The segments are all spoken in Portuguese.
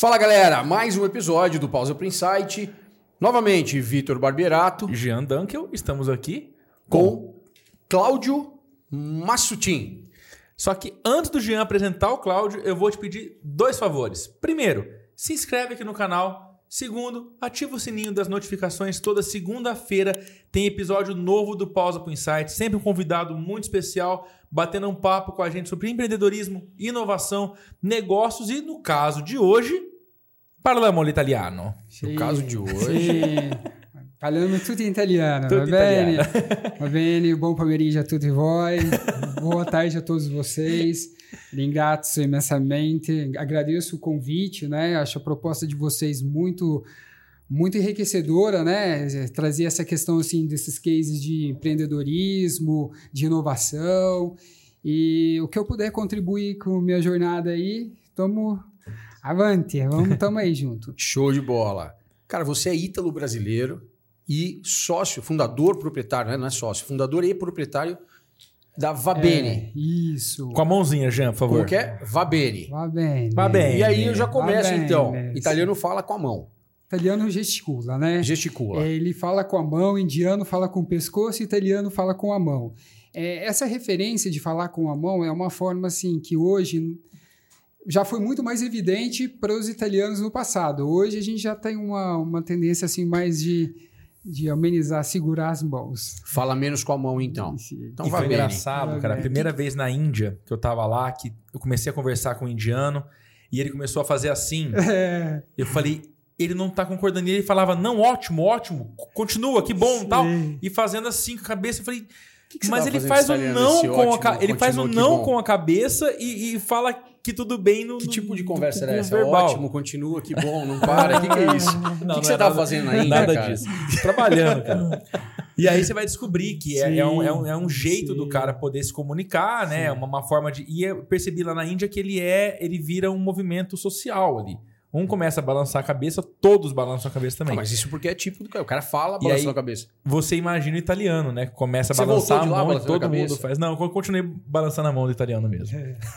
Fala galera, mais um episódio do Pausa pro Insight. Novamente, Vitor Barberato. Jean Dunkel, estamos aqui com Cláudio Massutin. Só que antes do Jean apresentar o Cláudio, eu vou te pedir dois favores. Primeiro, se inscreve aqui no canal. Segundo, ativa o sininho das notificações. Toda segunda-feira tem episódio novo do Pausa pro Insight. Sempre um convidado muito especial, batendo um papo com a gente sobre empreendedorismo, inovação, negócios e, no caso de hoje, parliamo l'italiano. No caso de hoje... Parliamo tutto in italiano, Tutto va bene? italiano. Va bene, buon pomeriggio a tutti voi, boa tarde a todos vocês, ringrazio imensamente, agradeço o convite, né? Acho a proposta de vocês muito enriquecedora, né? Trazer essa questão assim desses cases de empreendedorismo, de inovação, e o que eu puder contribuir com a minha jornada aí, tamo aí junto. Show de bola. Cara, você é ítalo-brasileiro e sócio, fundador, proprietário, né? Não é sócio, fundador e proprietário da Vabene. Isso. Com a mãozinha, Jean, por favor. Como que é? Vabene. Va bene. Va bene. E aí eu já começo Vabene. então. Italiano fala com a mão. Italiano gesticula, né? Gesticula. Ele fala com a mão, indiano fala com o pescoço, italiano fala com a mão. Essa referência de falar com a mão é uma forma assim que hoje já foi muito mais evidente para os italianos no passado. Hoje a gente já tem uma tendência assim mais de amenizar, segurar as mãos. Fala menos com a mão então. Então E foi Vabene. engraçado, cara. A primeira vez na Índia que eu tava lá, que eu comecei a conversar com um indiano e ele começou a fazer assim. Eu falei, ele não tá concordando. E ele falava, não, ótimo, continua, que bom, tal. E fazendo assim com a cabeça, eu falei... que mas você ele tá faz um fazendo não italiano, com esse a ótimo, ele faz um continua, não que com a cabeça e fala que tudo bem no Que tipo de conversa era essa? verbal. Ótimo, continua, que bom, não para. O que é isso? O que você é tava fazendo na Índia, nada cara? disso. Trabalhando, cara. E aí você vai descobrir que é um jeito sim. do cara poder se comunicar, né? Uma forma de... E eu percebi lá na Índia que ele vira um movimento social ali. Um começa a balançar a cabeça, todos balançam a cabeça também. Ah, mas isso porque é típico do cara. O cara fala, E balançando aí, a cabeça. Você imagina o italiano, né? Começa a Você balançar voltou de a lá mão e balançando a todo mundo cabeça? faz. Não, eu continuei balançando a mão do italiano mesmo.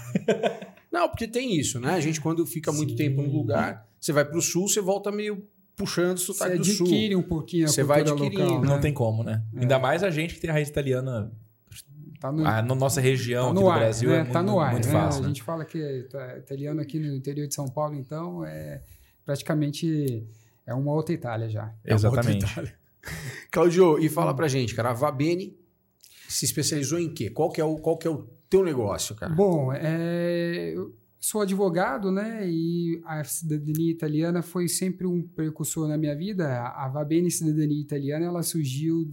Não, porque tem isso, né? A gente, quando fica muito tempo no lugar, você vai pro sul, você volta meio puxando o Você sotaque do sul. adquire um pouquinho a Você cultura vai adquirindo, local, né? Não tem como, né? Ainda mais a gente que tem a raiz italiana. Tá no, Na nossa região tá aqui no do ar, Brasil né? é Tá muito, no ar, muito né? fácil. A Né? gente fala que italiano aqui no interior de São Paulo, então, praticamente é uma outra Itália já. Exatamente. Cláudio, e fala pra gente, cara, a Vabene se especializou em quê? Qual que é o teu negócio, cara? Bom, eu sou advogado, né? E a cidadania italiana foi sempre um precursor na minha vida. A Vabene Cidadania Italiana, ela surgiu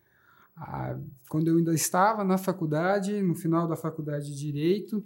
quando eu ainda estava na faculdade, no final da faculdade de Direito,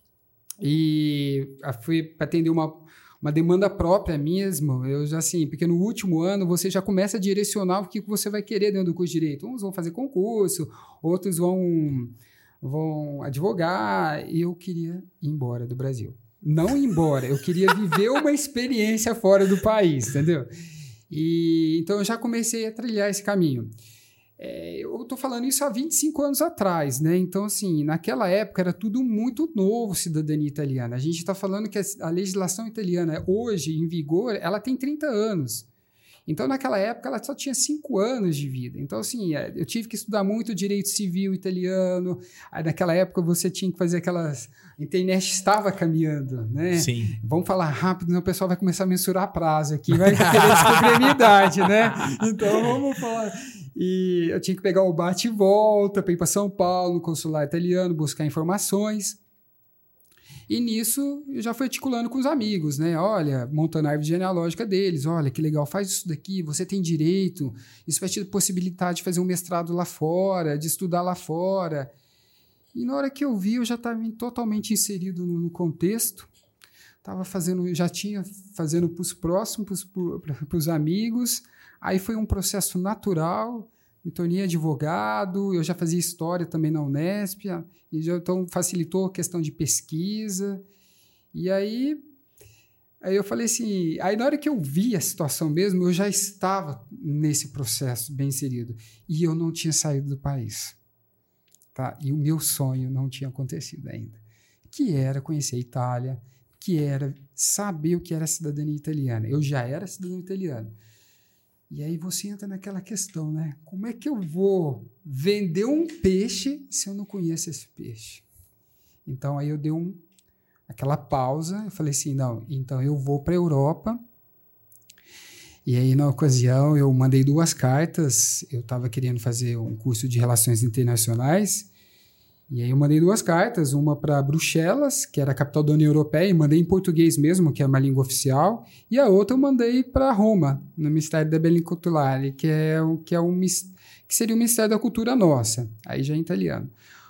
e foi para atender uma demanda própria mesmo. Eu já assim, porque no último ano você já começa a direcionar o que você vai querer dentro do curso de Direito. Uns vão fazer concurso, outros vão advogar, e eu queria ir embora do Brasil. Não ir embora, eu queria viver uma experiência fora do país, entendeu? E então eu já comecei a trilhar esse caminho. Eu estou falando isso há 25 anos atrás, né? Então, assim, naquela época era tudo muito novo, cidadania italiana. A gente está falando que a legislação italiana, hoje, em vigor, ela tem 30 anos. Então, naquela época, ela só tinha 5 anos de vida. Então, assim, eu tive que estudar muito direito civil italiano. Aí, naquela época, você tinha que fazer aquelas... A internet estava caminhando, né? Sim. Vamos falar rápido, senão o pessoal vai começar a mensurar prazo aqui, vai querer descobrir a minha idade, né? Então, vamos falar... E eu tinha que pegar o bate e volta para ir para São Paulo, no consulado italiano, buscar informações. E nisso, eu já fui articulando com os amigos, né? Olha, montando a árvore genealógica deles. Olha, que legal, faz isso daqui, você tem direito. Isso vai te possibilitar de fazer um mestrado lá fora, de estudar lá fora. E na hora que eu vi, eu já estava totalmente inserido no contexto. Já tinha fazendo para os próximos, para os amigos. Aí foi um processo natural, me tornei advogado, eu já fazia história também na Unesp, e então facilitou a questão de pesquisa. E aí eu falei assim, aí na hora que eu vi a situação mesmo, eu já estava nesse processo bem inserido, e eu não tinha saído do país. Tá? E o meu sonho não tinha acontecido ainda, que era conhecer a Itália, que era saber o que era a cidadania italiana. Eu já era cidadão italiano. E aí você entra naquela questão, né? Como é que eu vou vender um peixe se eu não conheço esse peixe? Então, aí eu dei aquela pausa. Eu falei assim, não, então eu vou para a Europa. E aí, na ocasião, eu mandei 2 cartas. Eu estava querendo fazer um curso de Relações Internacionais. E aí eu mandei 2 cartas, uma para Bruxelas, que era a capital da União Europeia, e mandei em português mesmo, que é uma língua oficial, e a outra eu mandei para Roma, no Ministério da Beni Culturale, que seria o Ministério da Cultura nossa, aí já é italiano.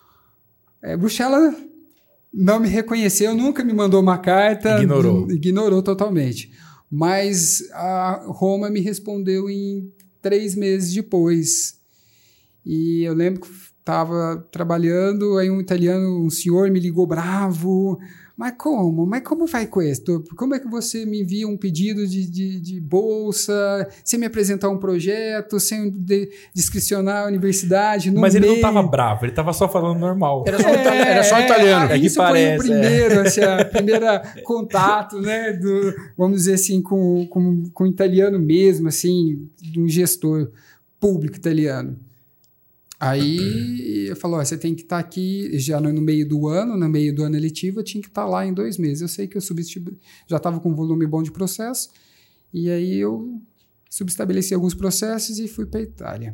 Bruxelas não me reconheceu, nunca me mandou uma carta. Ignorou totalmente. Mas a Roma me respondeu em 3 meses depois. E eu lembro que estava trabalhando, aí um senhor me ligou bravo. Mas como vai com isso? Como é que você me envia um pedido de bolsa, sem me apresentar um projeto, sem descricionar a universidade? Mas ele não estava bravo, ele estava só falando normal. Era só italiano. Isso foi o primeiro, assim, a primeira contato, né, vamos dizer assim, com italiano mesmo, assim, de um gestor público italiano. Aí eu falo, você tem que estar aqui já no meio do ano letivo, eu tinha que estar lá em 2 meses. Eu sei que eu já estava com um volume bom de processo, e aí eu subestabeleci alguns processos e fui para a Itália.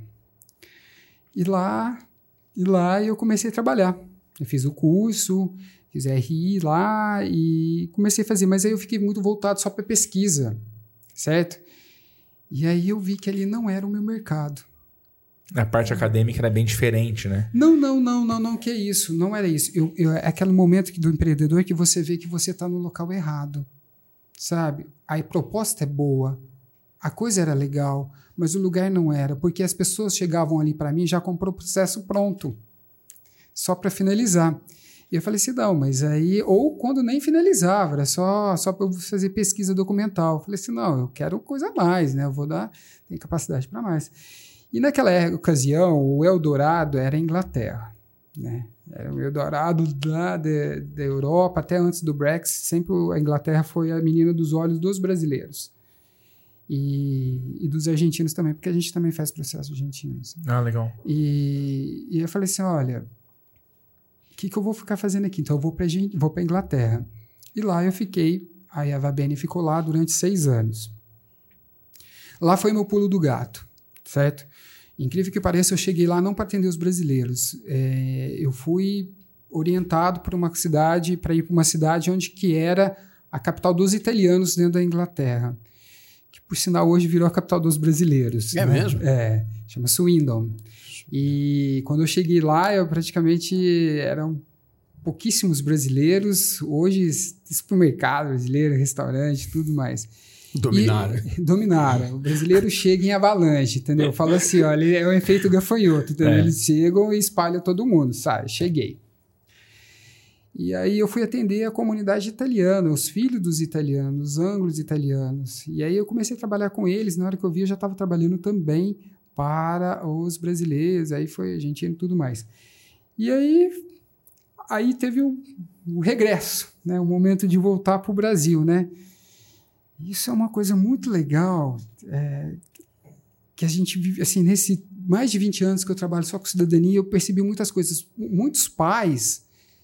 E lá eu comecei a trabalhar. Eu fiz o curso, fiz RI lá e comecei a fazer, mas aí eu fiquei muito voltado só para pesquisa, certo? E aí eu vi que ali não era o meu mercado. A parte acadêmica era bem diferente, né? Não, que é isso. Não era isso. É aquele momento do empreendedor que você vê que você está no local errado, sabe? A proposta é boa, a coisa era legal, mas o lugar não era, porque as pessoas chegavam ali para mim já com o processo pronto, só para finalizar. E eu falei assim, não, mas aí... Ou quando nem finalizava, era só para eu fazer pesquisa documental. Eu falei assim, não, eu quero coisa a mais, né? Tenho capacidade para mais. E naquela ocasião, o Eldorado era a Inglaterra, né? Era o Eldorado da Europa, até antes do Brexit, sempre a Inglaterra foi a menina dos olhos dos brasileiros. E dos argentinos também, porque a gente também faz processo argentinos. Ah, legal. E eu falei assim, olha, o que eu vou ficar fazendo aqui? Então eu vou para a Inglaterra. E lá eu fiquei, aí a Vabene ficou lá durante 6 anos. Lá foi meu pulo do gato, certo? Incrível que pareça, eu cheguei lá não para atender os brasileiros. Eu fui orientado para ir para uma cidade onde que era a capital dos italianos dentro da Inglaterra, que por sinal hoje virou a capital dos brasileiros. É, né? Mesmo? Chama Swindon. E quando eu cheguei lá, eram pouquíssimos brasileiros. Hoje, supermercado brasileiro, restaurante, tudo mais. Dominaram. O brasileiro chega em avalanche, entendeu? Fala assim, olha, é o efeito gafanhoto, entendeu? Eles chegam e espalham todo mundo, sabe? Cheguei. E aí eu fui atender a comunidade italiana, os filhos dos italianos, os ângulos italianos. E aí eu comecei a trabalhar com eles. Na hora que eu vi, eu já estava trabalhando também para os brasileiros. Aí foi argentino e tudo mais. E aí teve o regresso, né? O momento de voltar para o Brasil, né? Isso é uma coisa muito legal, que a gente vive, assim, nesse mais de 20 anos que eu trabalho só com cidadania, eu percebi muitas coisas. Muitos pais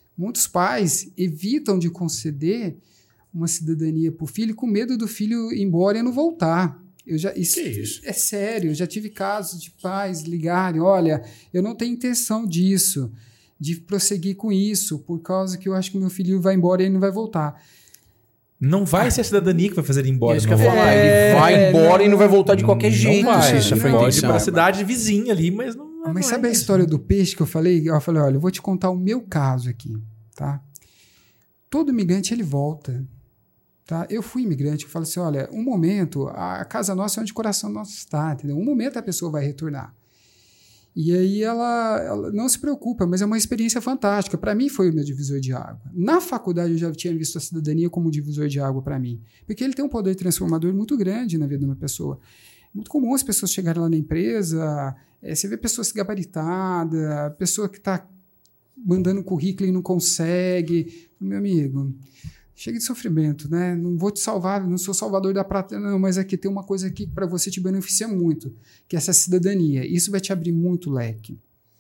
evitam de conceder uma cidadania para o filho com medo do filho ir embora e não voltar. Isso é sério, eu já tive casos de pais ligarem, olha, eu não tenho intenção de prosseguir com isso, por causa que eu acho que o meu filho vai embora e ele não vai voltar. Não vai ser a cidadania que vai fazer ele ir embora. É isso que eu ia falar. Ele vai embora e não vai voltar de qualquer jeito. Não vai. Isso Ele pode ir para a cidade vizinha ali, mas não. Mas sabe a história do peixe que eu falei? Eu falei, olha, eu vou te contar o meu caso aqui, tá? Todo imigrante, ele volta, tá? Eu fui imigrante, eu falo assim, olha, um momento, a casa nossa é onde o coração nosso está, entendeu? Um momento a pessoa vai retornar. E aí ela não se preocupa, mas é uma experiência fantástica. Para mim foi o meu divisor de água. Na faculdade eu já tinha visto a cidadania como um divisor de água para mim, porque ele tem um poder transformador muito grande na vida de uma pessoa. É muito comum as pessoas chegarem lá na empresa, você vê pessoas gabaritadas, pessoa que está mandando currículo e não consegue. Meu amigo, Chega de sofrimento, né? Não vou te salvar, não sou salvador da pátria, não, mas aqui tem uma coisa que para você te beneficia muito, que é essa cidadania. Isso vai te abrir muito leque.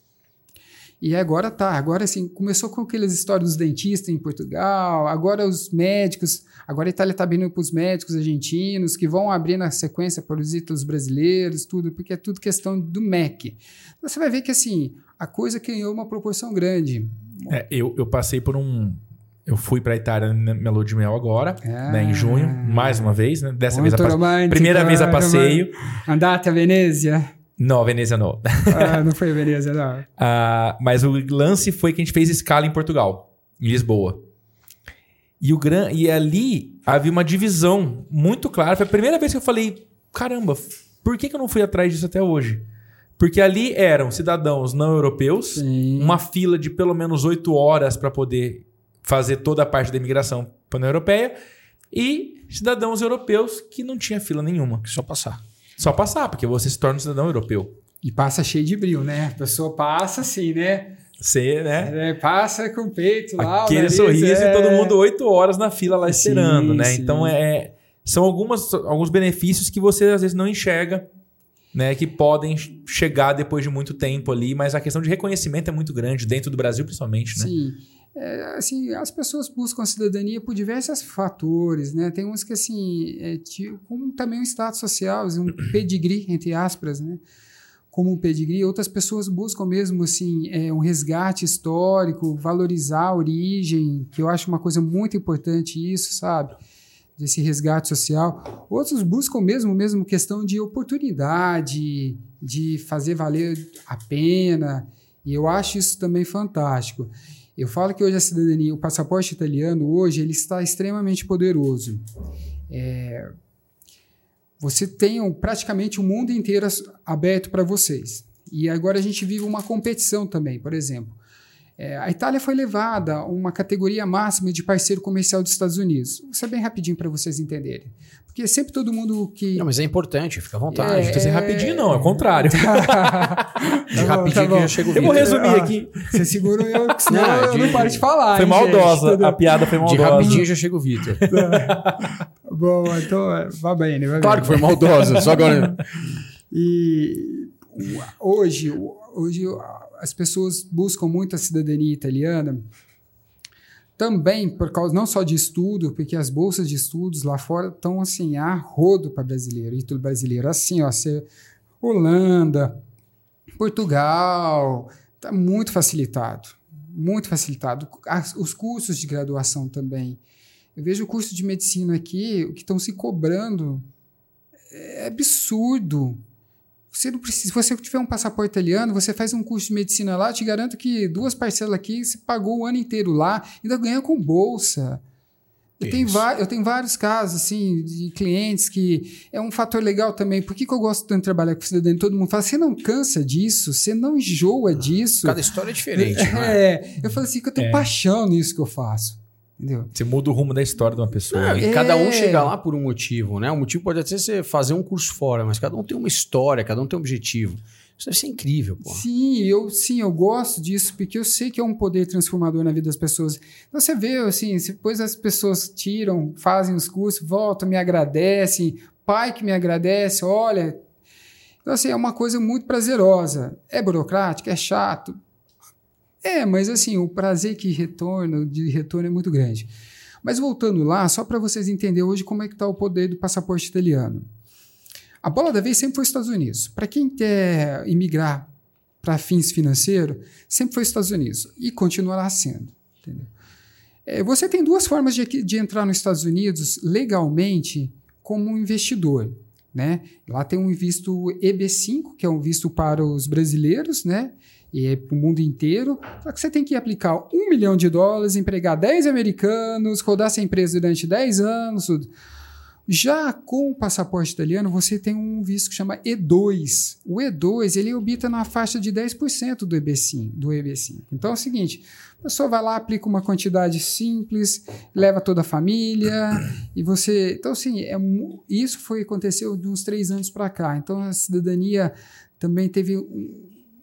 E agora assim, começou com aquelas histórias dos dentistas em Portugal, agora os médicos, agora a Itália está abrindo para os médicos argentinos, que vão abrir na sequência para os ítalos brasileiros, tudo, porque é tudo questão do MEC. Então, você vai ver que assim, a coisa ganhou uma proporção grande. Eu passei por eu fui para a Itália na minha lua de mel agora, né, em junho, mais uma vez, né? Dessa vez primeira vez a passeio. Andate a Venezia? Não, a Venezia não. Não foi a Venezia, não. Mas o lance foi que a gente fez escala em Portugal, em Lisboa. E ali havia uma divisão muito clara. Foi a primeira vez que eu falei, caramba, por que eu não fui atrás disso até hoje? Porque ali eram cidadãos não europeus, sim, uma fila de pelo menos 8 horas para poder fazer toda a parte da imigração para a União Europeia, e cidadãos europeus que não tinha fila nenhuma. Só passar. Só passar, porque você se torna um cidadão europeu. E passa cheio de brilho, né? A pessoa passa assim, né? Você, né? Passa com o peito lá. Aquele nariz, sorriso e todo mundo 8 horas na fila lá esperando, sim, né? Sim. Então, são alguns benefícios que você às vezes não enxerga, né? Que podem chegar depois de muito tempo ali, mas a questão de reconhecimento é muito grande, dentro do Brasil principalmente, né? Sim. Assim, as pessoas buscam a cidadania por diversos fatores, né? Tem uns que, assim, como também um status social, um pedigree, entre aspas, né? Como um pedigree. Outras pessoas buscam mesmo, assim, um resgate histórico, valorizar a origem, que eu acho uma coisa muito importante isso, sabe? Desse resgate social. Outros buscam mesmo questão de oportunidade, de fazer valer a pena, e eu acho isso também fantástico. Eu falo que hoje a cidadania, o passaporte italiano, hoje, ele está extremamente poderoso. Você tem praticamente o mundo inteiro aberto para vocês. E agora a gente vive uma competição também, por exemplo. A Itália foi levada a uma categoria máxima de parceiro comercial dos Estados Unidos. Vou ser bem rapidinho para vocês entenderem. Porque sempre todo mundo que... Não, mas é importante, fica à vontade. Não precisa ser rapidinho, não, é o contrário. De rapidinho que já chega o vídeo. Eu vou resumir aqui. Você segura eu, que senão eu não paro de falar. Foi maldosa, gente, a piada foi maldosa. De rapidinho já chega o Vitor. Bom, então vai bem, né? Claro que foi maldosa, só agora... E hoje as pessoas buscam muito a cidadania italiana também por causa não só de estudo, porque as bolsas de estudos lá fora estão assim a rodo para brasileiro, e tudo brasileiro assim, ó, Holanda, Portugal, está muito facilitado, muito facilitado. Os cursos de graduação também. Eu vejo o curso de medicina aqui, o que estão se cobrando é absurdo. Você não precisa, se você tiver um passaporte italiano, você faz um curso de medicina lá, eu te garanto que 2 parcelas aqui, você pagou o ano inteiro lá, ainda ganha com bolsa. Eu tenho vários casos assim, de clientes que é um fator legal também. Por que eu gosto tanto de trabalhar com cidadania? Todo mundo fala, você não cansa disso? Você não enjoa disso? Cada história é diferente. Né? Eu falo assim, que eu tenho paixão nisso que eu faço. Entendeu? Você muda o rumo da história de uma pessoa. E cada um chega lá por um motivo, né? O motivo pode até ser fazer um curso fora, mas cada um tem uma história, cada um tem um objetivo. Isso deve ser incrível, pô. Sim, eu gosto disso, porque eu sei que é um poder transformador na vida das pessoas. Então você vê, assim, depois as pessoas tiram, fazem os cursos, voltam, me agradecem, pai que me agradece, olha. Então, assim, é uma coisa muito prazerosa. É burocrático, é chato. Mas assim, o prazer de retorno é muito grande. Mas voltando lá, só para vocês entenderem hoje como é que está o poder do passaporte italiano. A bola da vez sempre foi os Estados Unidos. Para quem quer imigrar para fins financeiros, sempre foi os Estados Unidos. E continuará sendo. Entendeu? Você tem 2 formas de entrar nos Estados Unidos legalmente como um investidor. Né? Lá tem um visto EB5, que é um visto para os brasileiros, né? E é para o mundo inteiro. Só que você tem que aplicar $1 milhão, empregar 10 americanos, rodar essa empresa durante 10 anos, tudo. Já com o passaporte italiano, você tem um visto que chama E2. O E2, ele habita na faixa de 10% do EB5. Então é o seguinte, a pessoa vai lá, aplica uma quantidade simples, leva toda a família, e você... Então, assim, isso aconteceu de uns 3 anos para cá. Então, a cidadania também teve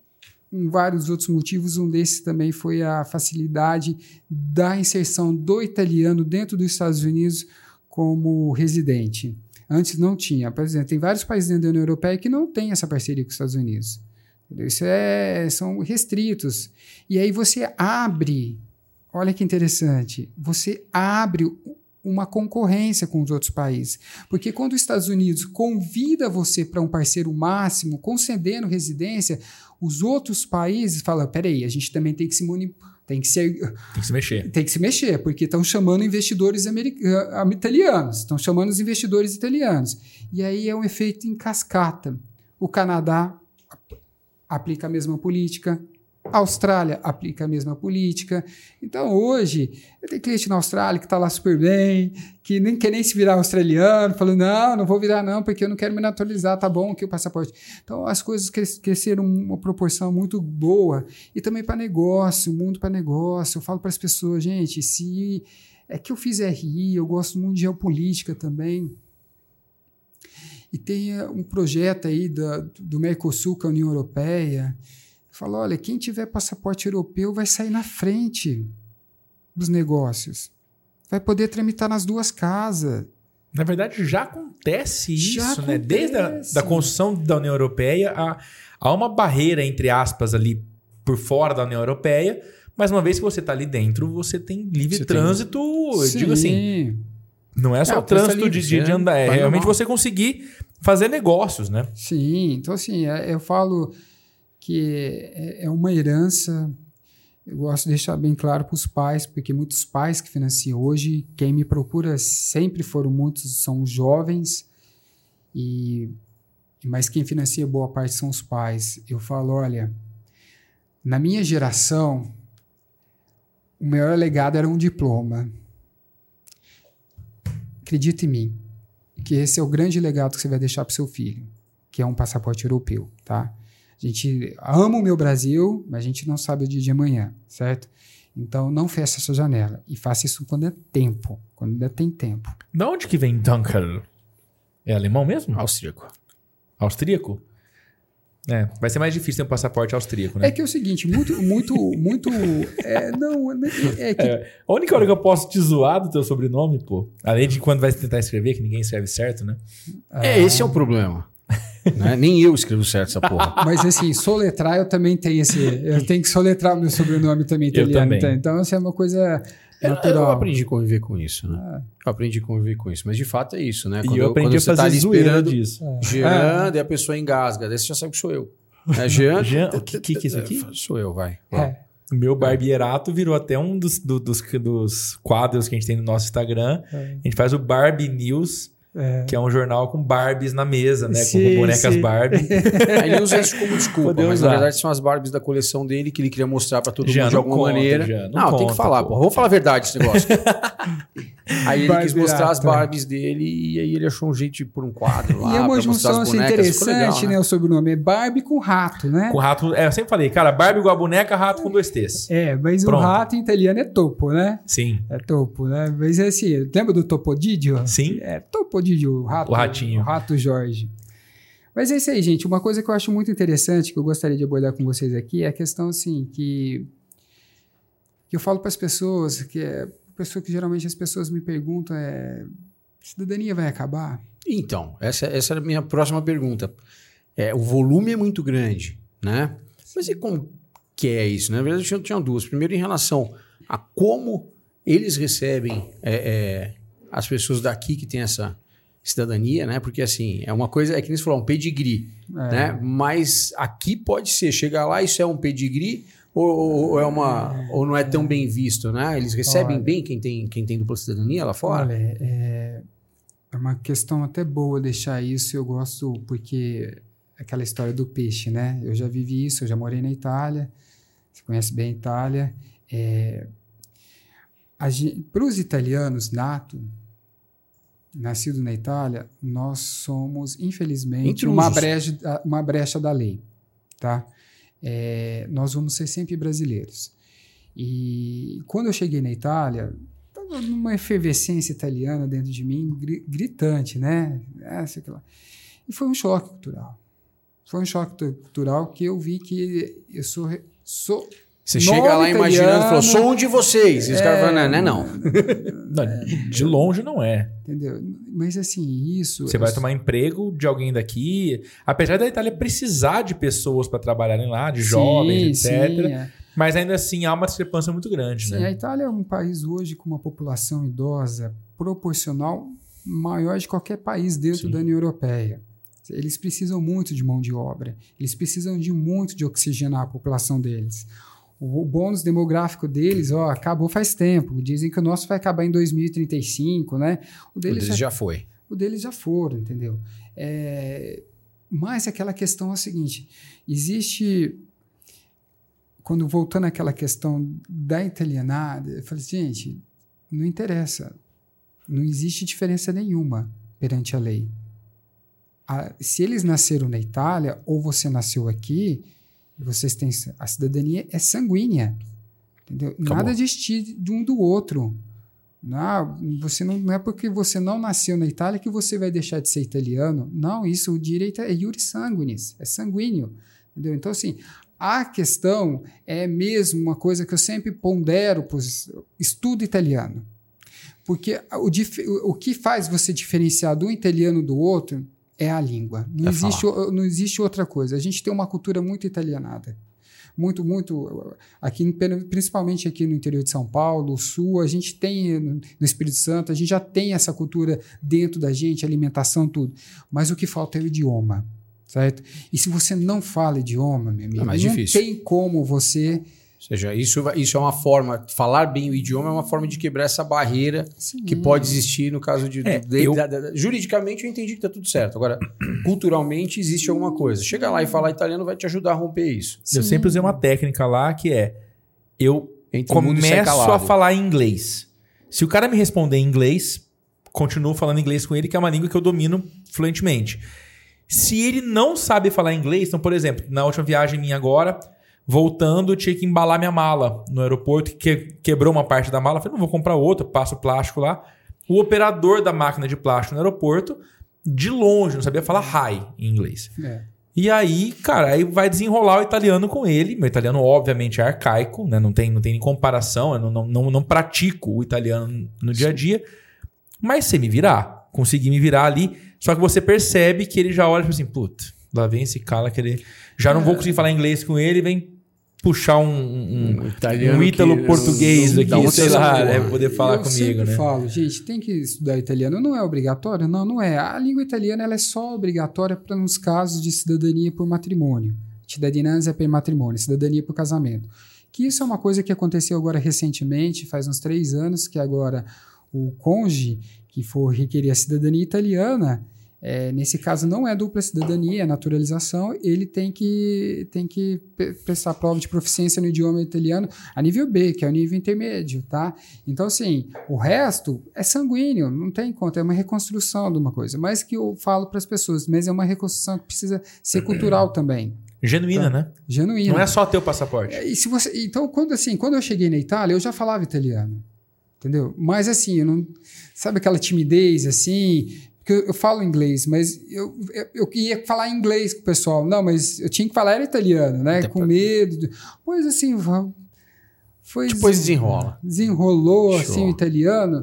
vários outros motivos. Um desses também foi a facilidade da inserção do italiano dentro dos Estados Unidos como residente. Antes não tinha. Por exemplo, tem vários países dentro da União Europeia que não têm essa parceria com os Estados Unidos. Isso são restritos. E aí você abre, olha que interessante, você abre uma concorrência com os outros países. Porque quando os Estados Unidos convida você para um parceiro máximo, concedendo residência, os outros países falam, peraí, a gente também tem que se mexer. Tem que se mexer, porque estão chamando investidores italianos, estão chamando os investidores italianos. E aí é um efeito em cascata. O Canadá aplica a mesma política, a Austrália aplica a mesma política. Então, hoje, eu tenho cliente na Austrália que está lá super bem, que nem quer nem se virar australiano, falando, não vou virar não, porque eu não quero me naturalizar, tá bom aqui o passaporte. Então, as coisas cresceram uma proporção muito boa. E também para negócio, mundo para negócio. Eu falo para as pessoas, gente, se é que eu fiz RI, eu gosto muito de geopolítica também. E tem um projeto aí do Mercosul com a União Europeia. Fala, olha, quem tiver passaporte europeu vai sair na frente dos negócios. Vai poder tramitar nas duas casas. Na verdade, já acontece isso, Já né? acontece. Desde a construção da União Europeia, há uma barreira, entre aspas, ali por fora da União Europeia, mas uma vez que você está ali dentro, você tem livre trânsito, eu digo assim, não é só o trânsito de andar, é realmente você conseguir fazer negócios, né? Sim, então assim, eu falo que é uma herança. Eu gosto de deixar bem claro para os pais, porque muitos pais que financiam hoje, quem me procura sempre são os jovens, mas quem financia boa parte são os pais. Eu falo, olha, na minha geração, o maior legado era um diploma. Acredita em mim, que esse é o grande legado que você vai deixar para o seu filho, que é um passaporte europeu, tá? A gente ama o meu Brasil, mas a gente não sabe o dia de amanhã, certo? Então, não feche essa janela. E faça isso quando é tempo, quando ainda tem tempo. Da onde que vem Dunkel? É alemão mesmo? Austríaco. Austríaco? Vai ser mais difícil ter um passaporte austríaco, né? É que é o seguinte, muito... A única hora que eu posso te zoar do teu sobrenome, pô, além de quando vai tentar escrever, que ninguém escreve certo, né? Esse é o problema. Né? Nem eu escrevo certo essa porra. Mas assim, soletrar eu também tenho eu tenho que soletrar o meu sobrenome também italiano. Eu também. Então, isso é uma coisa natural. Eu aprendi a conviver com isso, né? Eu aprendi a conviver com isso. Mas de fato é isso, né? E eu aprendi a fazer zoeira disso. Jean, daí a pessoa engasga. Daí você já sabe que sou eu. Jean, o que é isso aqui? Sou eu, vai. O meu Barbierato virou até um dos quadros que a gente tem no nosso Instagram. A gente faz o Barbie News, que é um jornal com Barbies na mesa, né? Sim, com bonecas sim. Barbie. Ele usa isso como desculpa, mas na verdade são as Barbies da coleção dele que ele queria mostrar pra todo mundo de alguma maneira. Não, tem que falar, pô. Vou falar a verdade esse negócio. Aí ele quis mostrar as Barbies dele e aí ele achou um jeito de pôr um quadro lá. E é uma pra mostrar junção as assim, bonecas. interessante, Legal, né? O sobrenome é Barbie com rato, né? Com rato, eu sempre falei, cara, Barbie igual a boneca, rato com 2 T's. Mas Pronto. o rato em italiano é topo, né? Sim. É topo, né? Mas é assim, lembra do Topodidio? Sim. É Topodidio, o rato. O ratinho. O rato Jorge. Mas é isso aí, gente. Uma coisa que eu acho muito interessante, que eu gostaria de abordar com vocês aqui, é a questão, assim, que eu falo para as pessoas, que geralmente as pessoas me perguntam, cidadania vai acabar? Então, essa era a minha próxima pergunta. O volume é muito grande, né? Mas e como que é isso? Na verdade, eu tinha duas. Primeiro, em relação a como eles recebem as pessoas daqui que têm essa cidadania, né? Porque, assim, é uma coisa... É que nem você falou, um pedigree, né? Mas aqui pode ser. Chegar lá, isso é um pedigree ou não é tão bem visto, né? Eles recebem bem quem tem dupla cidadania lá fora? Olha, é uma questão até boa deixar isso. Eu gosto porque... Aquela história do peixe, né? Eu já vivi isso, eu já morei na Itália. Você conhece bem a Itália. Para os italianos nascidos na Itália, nós somos, infelizmente, uma brecha da lei, tá? Nós vamos ser sempre brasileiros. E quando eu cheguei na Itália, estava numa efervescência italiana dentro de mim, gritante, né? E foi um choque cultural. Foi um choque cultural que eu vi que eu sou Você chega lá imaginando, falou, sou um de vocês. E os caras falam, não. De longe não é. Entendeu? Mas assim, isso... Você vai tomar emprego de alguém daqui. Apesar da Itália precisar de pessoas para trabalharem lá, de jovens, etc. Sim, Mas ainda assim há uma discrepância muito grande. Sim, né? A Itália é um país hoje com uma população idosa proporcional maior de qualquer país dentro da União Europeia. Eles precisam muito de mão de obra. Eles precisam de muito de oxigenar a população deles. O bônus demográfico deles, acabou faz tempo. Dizem que o nosso vai acabar em 2035, né? O deles já foi. O deles já foram, entendeu? Mas aquela questão é a seguinte, existe... Quando voltando àquela questão da italianada, eu falei, gente, não interessa. Não existe diferença nenhuma perante a lei. Se eles nasceram na Itália, ou você nasceu aqui, vocês têm a cidadania é sanguínea, entendeu? Acabou. Nada de um do outro. Não é porque você não nasceu na Itália que você vai deixar de ser italiano. Não, isso, o direito é iure sanguinis, é sanguíneo, entendeu? Então, assim, a questão é mesmo uma coisa que eu sempre pondero para estudo italiano. Porque o que faz você diferenciar de um italiano do outro é a língua. Não existe outra coisa. A gente tem uma cultura muito italianada. Muito, aqui, principalmente aqui no interior de São Paulo, Sul, a gente tem, no Espírito Santo, a gente já tem essa cultura dentro da gente, alimentação, tudo. Mas o que falta é o idioma, certo? E se você não fala idioma, meu amigo, não tem como você... Ou seja, isso é uma forma, falar bem o idioma é uma forma de quebrar essa barreira que pode existir no caso de... juridicamente eu entendi que está tudo certo. Agora, culturalmente existe alguma coisa. Chega lá e falar italiano vai te ajudar a romper isso. Sim. Eu sempre usei uma técnica lá que eu começo a falar inglês. Se o cara me responder em inglês, continuo falando inglês com ele, que é uma língua que eu domino fluentemente. Se ele não sabe falar inglês, então, por exemplo, na última viagem minha agora... Voltando, eu tinha que embalar minha mala no aeroporto, que quebrou uma parte da mala. Eu falei, não vou comprar outra, passo o plástico lá. O operador da máquina de plástico no aeroporto, de longe, não sabia falar hi em inglês. E aí, cara, aí vai desenrolar o italiano com ele. Meu italiano, obviamente, é arcaico, né? Não tem nem comparação, eu não pratico o italiano no dia a dia. Mas sei me virar, consegui me virar ali. Só que você percebe que ele já olha e fala assim, puta, lá vem esse cara que ele... Já não vou conseguir falar inglês com ele, vem puxar um ítalo português aqui, sei lá, poder falar comigo, né? Eu falo, gente, tem que estudar italiano. Não é obrigatório? Não é. A língua italiana ela é só obrigatória para nos casos de cidadania por matrimônio. Cittadinanza per matrimônio, cidadania por casamento. Que isso é uma coisa que aconteceu agora recentemente, faz uns 3 anos, que agora o cônjuge que for requerer a cidadania italiana... nesse caso não é dupla cidadania, é naturalização, ele tem que prestar prova de proficiência no idioma italiano a nível B, que é o nível intermédio, tá? Então, assim, o resto é sanguíneo, não tem conta, é uma reconstrução de uma coisa, mas que eu falo para as pessoas, mas é uma reconstrução que precisa ser cultural também. Genuína, tá? Né? Genuína. Não é só ter o passaporte. Então, quando eu cheguei na Itália, eu já falava italiano, entendeu? Mas, assim, eu não... Sabe aquela timidez, assim... Porque eu falo inglês, mas eu ia falar inglês com o pessoal. Não, mas eu tinha que falar era italiano, né? Com medo. Pois assim, foi... Depois desenrola. Desenrolou, assim, o italiano.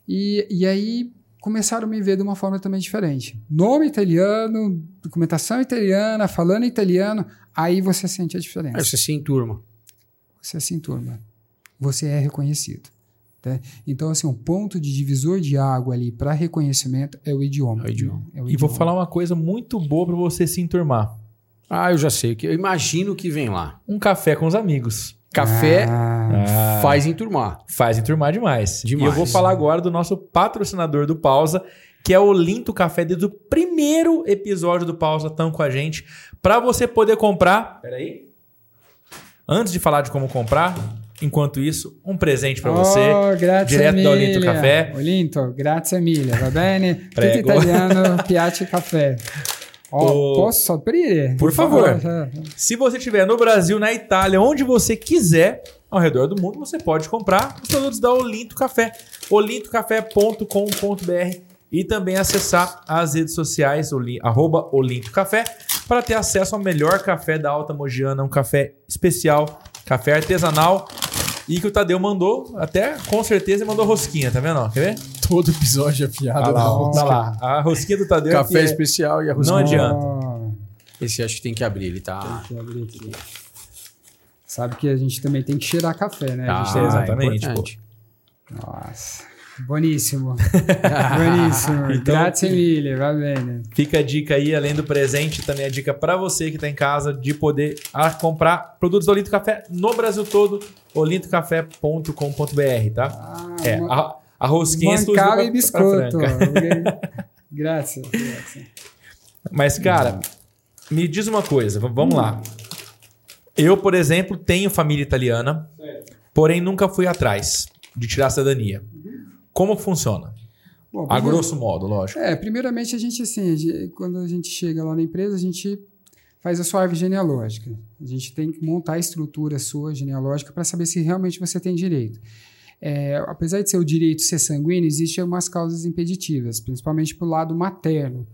E aí começaram a me ver de uma forma também diferente. Nome italiano, documentação italiana, falando italiano. Aí você sente a diferença. Aí você se enturma. Você é reconhecido. Tá? Então, assim, um ponto de divisor de água ali para reconhecimento é o idioma. E vou falar uma coisa muito boa para você se enturmar. Eu já sei. Eu imagino que vem lá. Um café com os amigos. Café faz enturmar. Faz enturmar demais. E eu vou falar agora do nosso patrocinador do Pausa, que é o Olinto Café. Desde o primeiro episódio do Pausa estão com a gente. Para você poder comprar... Peraí. Antes de falar de como comprar... Enquanto isso, um presente para você, direto da Olinto Café. Olinto, grazie mille, va bene? Tutto italiano, piace caffè. Posso aprire? Por favor. Se você estiver no Brasil, na Itália, onde você quiser, ao redor do mundo, você pode comprar os produtos da Olinto Café. olintocafé.com.br e também acessar as redes sociais, @Olinto Café, para ter acesso ao melhor café da Alta Mogiana, um café especial, café artesanal, e que o Tadeu mandou, até com certeza mandou rosquinha, tá vendo? Quer ver? Todo episódio é piada. Tá lá, a rosquinha do Tadeu Café aqui especial e a rosquinha. não adianta. Esse acho que tem que abrir, ele tá... Tem que abrir aqui. Sabe que a gente também tem que cheirar café, né? Ah, A gente exatamente, importante. Nossa, boníssimo. Boníssimo. Então, Grazie mille, va bene. Fica a dica aí, além do presente, também a dica para você que está em casa de poder comprar produtos do Olinto Café no Brasil todo, olintocafé.com.br, tá? A rosquinha Bancada e biscoito. Franca. Graças. Mas, cara, me diz uma coisa, vamos lá. Eu, por exemplo, tenho família italiana, porém nunca fui atrás de tirar a cidadania. Como funciona? Bom, A grosso modo, lógico. Primeiramente, quando a gente chega lá na empresa, a gente faz a sua árvore genealógica. A gente tem que montar a estrutura sua genealógica para saber se realmente você tem direito. Apesar de ser o direito ser sanguíneo, existem algumas causas impeditivas, principalmente para o lado materno,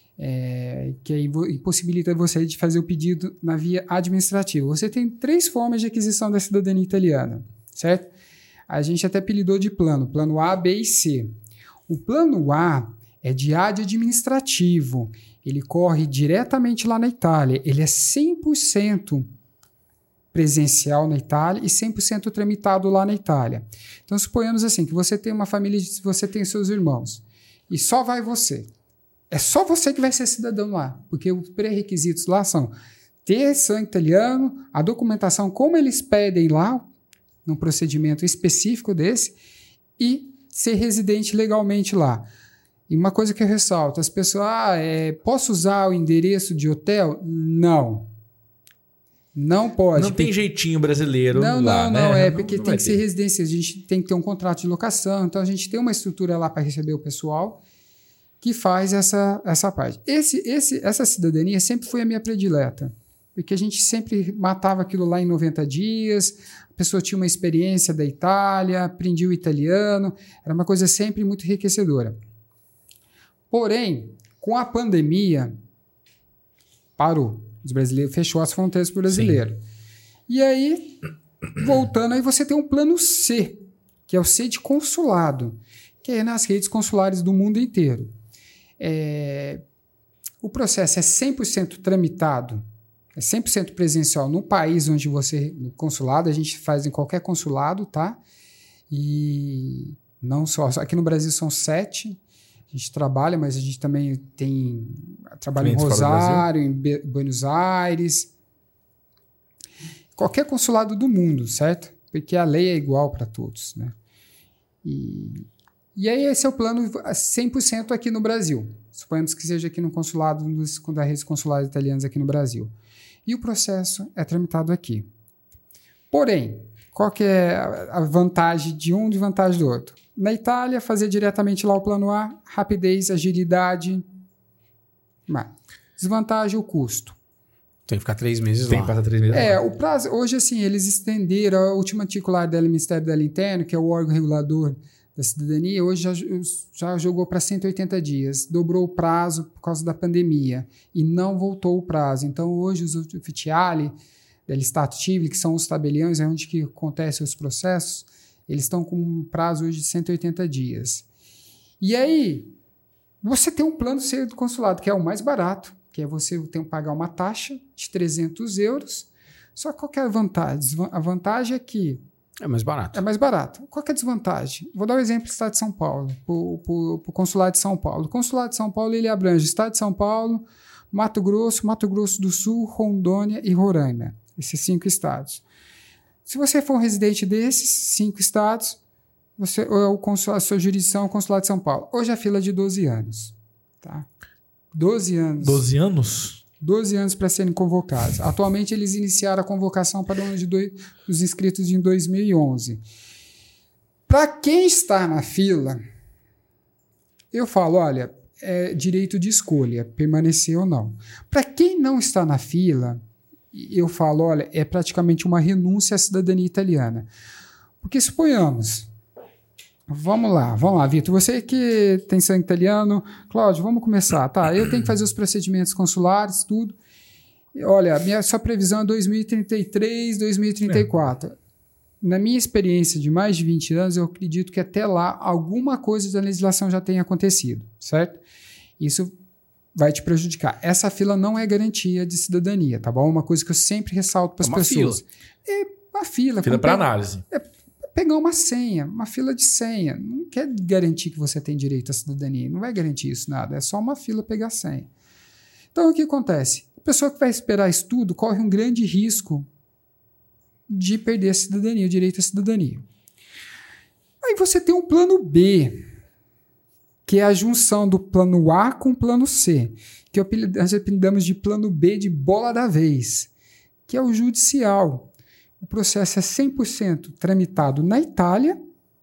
que aí impossibilita você de fazer o pedido na via administrativa. Você tem 3 formas de aquisição da cidadania italiana, certo? A gente até apelidou de plano A, B e C. O plano A é de administrativo, ele corre diretamente lá na Itália, ele é 100% presencial na Itália e 100% tramitado lá na Itália. Então, suponhamos assim, que você tem uma família, você tem seus irmãos, e só vai você. É só você que vai ser cidadão lá, porque os pré-requisitos lá são ter sangue italiano, a documentação como eles pedem lá, num procedimento específico desse, e ser residente legalmente lá. E uma coisa que eu ressalto, as pessoas, posso usar o endereço de hotel? Não. Não pode. Não tem jeitinho brasileiro não, lá, não, né? porque não tem que ser residência, a gente tem que ter um contrato de locação, então a gente tem uma estrutura lá para receber o pessoal que faz essa parte. Essa cidadania sempre foi a minha predileta, porque a gente sempre matava aquilo lá em 90 dias, a pessoa tinha uma experiência da Itália, aprendia o italiano, era uma coisa sempre muito enriquecedora. Porém, com a pandemia, parou. Os brasileiros fechou as fronteiras para o brasileiro. Sim. E aí, voltando, aí você tem um plano C, que é o C de consulado, que é nas redes consulares do mundo inteiro. O processo é 100% tramitado, é 100% presencial no país onde você... No consulado, a gente faz em qualquer consulado, tá? E não só... Aqui no Brasil são 7. A gente trabalha, mas a gente também tem... Trabalha em Rosário, em Buenos Aires. Qualquer consulado do mundo, certo? Porque a lei é igual para todos, né? E aí esse é o plano 100% aqui no Brasil. Suponhamos que seja aqui no consulado, da rede consular italiana aqui no Brasil. E o processo é tramitado aqui. Porém, qual que é a vantagem de um e a vantagem do outro? Na Itália, fazer diretamente lá o plano A, rapidez, agilidade. Mas, desvantagem, o custo. Tem que ficar 3 meses lá. Tem que passar 3 meses lá. O prazo, hoje assim, eles estenderam a última articular do Ministério da Interno, que é o órgão regulador da cidadania, hoje já jogou para 180 dias, dobrou o prazo por causa da pandemia e não voltou o prazo. Então, hoje, os ufficiali del Stato Civile, que são os tabeliões, é onde que acontecem os processos, eles estão com um prazo hoje de 180 dias. E aí, você tem um plano C do consulado, que é o mais barato, que é você tem que pagar uma taxa de 300 euros. Só que qual que é a vantagem? A vantagem é que é mais barato. É mais barato. Qual que é a desvantagem? Vou dar um exemplo do Estado de São Paulo, para o Consulado de São Paulo. O Consulado de São Paulo ele abrange o Estado de São Paulo, Mato Grosso do Sul, Rondônia e Roraima. Esses 5 estados. Se você for um residente desses 5 estados, a sua jurisdição é o Consulado de São Paulo. Hoje a fila é de 12 anos. Tá? 12 anos. 12 anos? 12 anos para serem convocados. Atualmente, eles iniciaram a convocação para os inscritos em 2011. Para quem está na fila, eu falo, olha, é direito de escolha, permanecer ou não. Para quem não está na fila, eu falo, olha, é praticamente uma renúncia à cidadania italiana. Porque suponhamos... Vamos lá, Vitor. Você que tem sangue italiano, Cláudio, vamos começar. Tá, eu tenho que fazer os procedimentos consulares, tudo. Olha, a minha só previsão é 2033, 2034. Na minha experiência de mais de 20 anos, eu acredito que até lá alguma coisa da legislação já tenha acontecido, certo? Isso vai te prejudicar. Essa fila não é garantia de cidadania, tá bom? Uma coisa que eu sempre ressalto para as pessoas. É uma fila. Fila para análise. Pegar uma senha, uma fila de senha. Não quer garantir que você tem direito à cidadania. Não vai garantir isso nada. É só uma fila pegar senha. Então, o que acontece? A pessoa que vai esperar isso tudo corre um grande risco de perder a cidadania, o direito à cidadania. Aí você tem um plano B, que é a junção do plano A com o plano C, que nós apelidamos de plano B de bola da vez, que é o judicial. O processo é 100% tramitado na Itália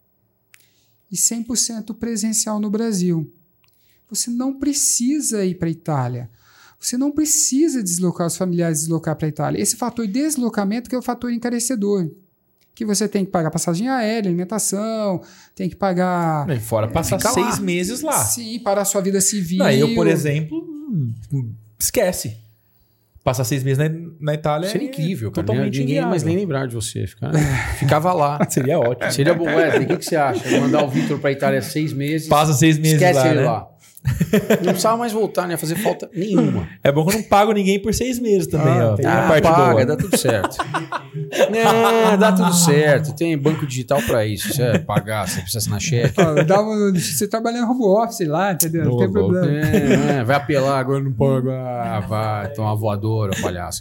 e 100% presencial no Brasil. Você não precisa ir para a Itália. Você não precisa deslocar os familiares, deslocar para a Itália. Esse fator de deslocamento que é o fator encarecedor. Que você tem que pagar passagem aérea, alimentação, tem que pagar... E fora passar 6 meses lá. Sim, para a sua vida civil. Não, eu, por exemplo, esquece. Passar 6 meses na Itália seria incrível, cara. Totalmente Ninguém ia mais nem lembrar de você. Ficava lá. Seria ótimo. Seria bom. Wesley, o que você acha? Mandar o Victor para a Itália 6 meses. Passa 6 meses esquece lá, ele né? lá. Não precisava mais voltar, não ia fazer falta nenhuma. É bom que eu não pago ninguém por 6 meses também. Tem a parte paga, boa. dá tudo certo. Dá tudo certo. Tem banco digital para isso. Você vai pagar, você precisa assinar cheque. Você trabalha em home office lá, entendeu? Não tem problema. Vai apelar, agora não pago. Vai tomar voadora, palhaço.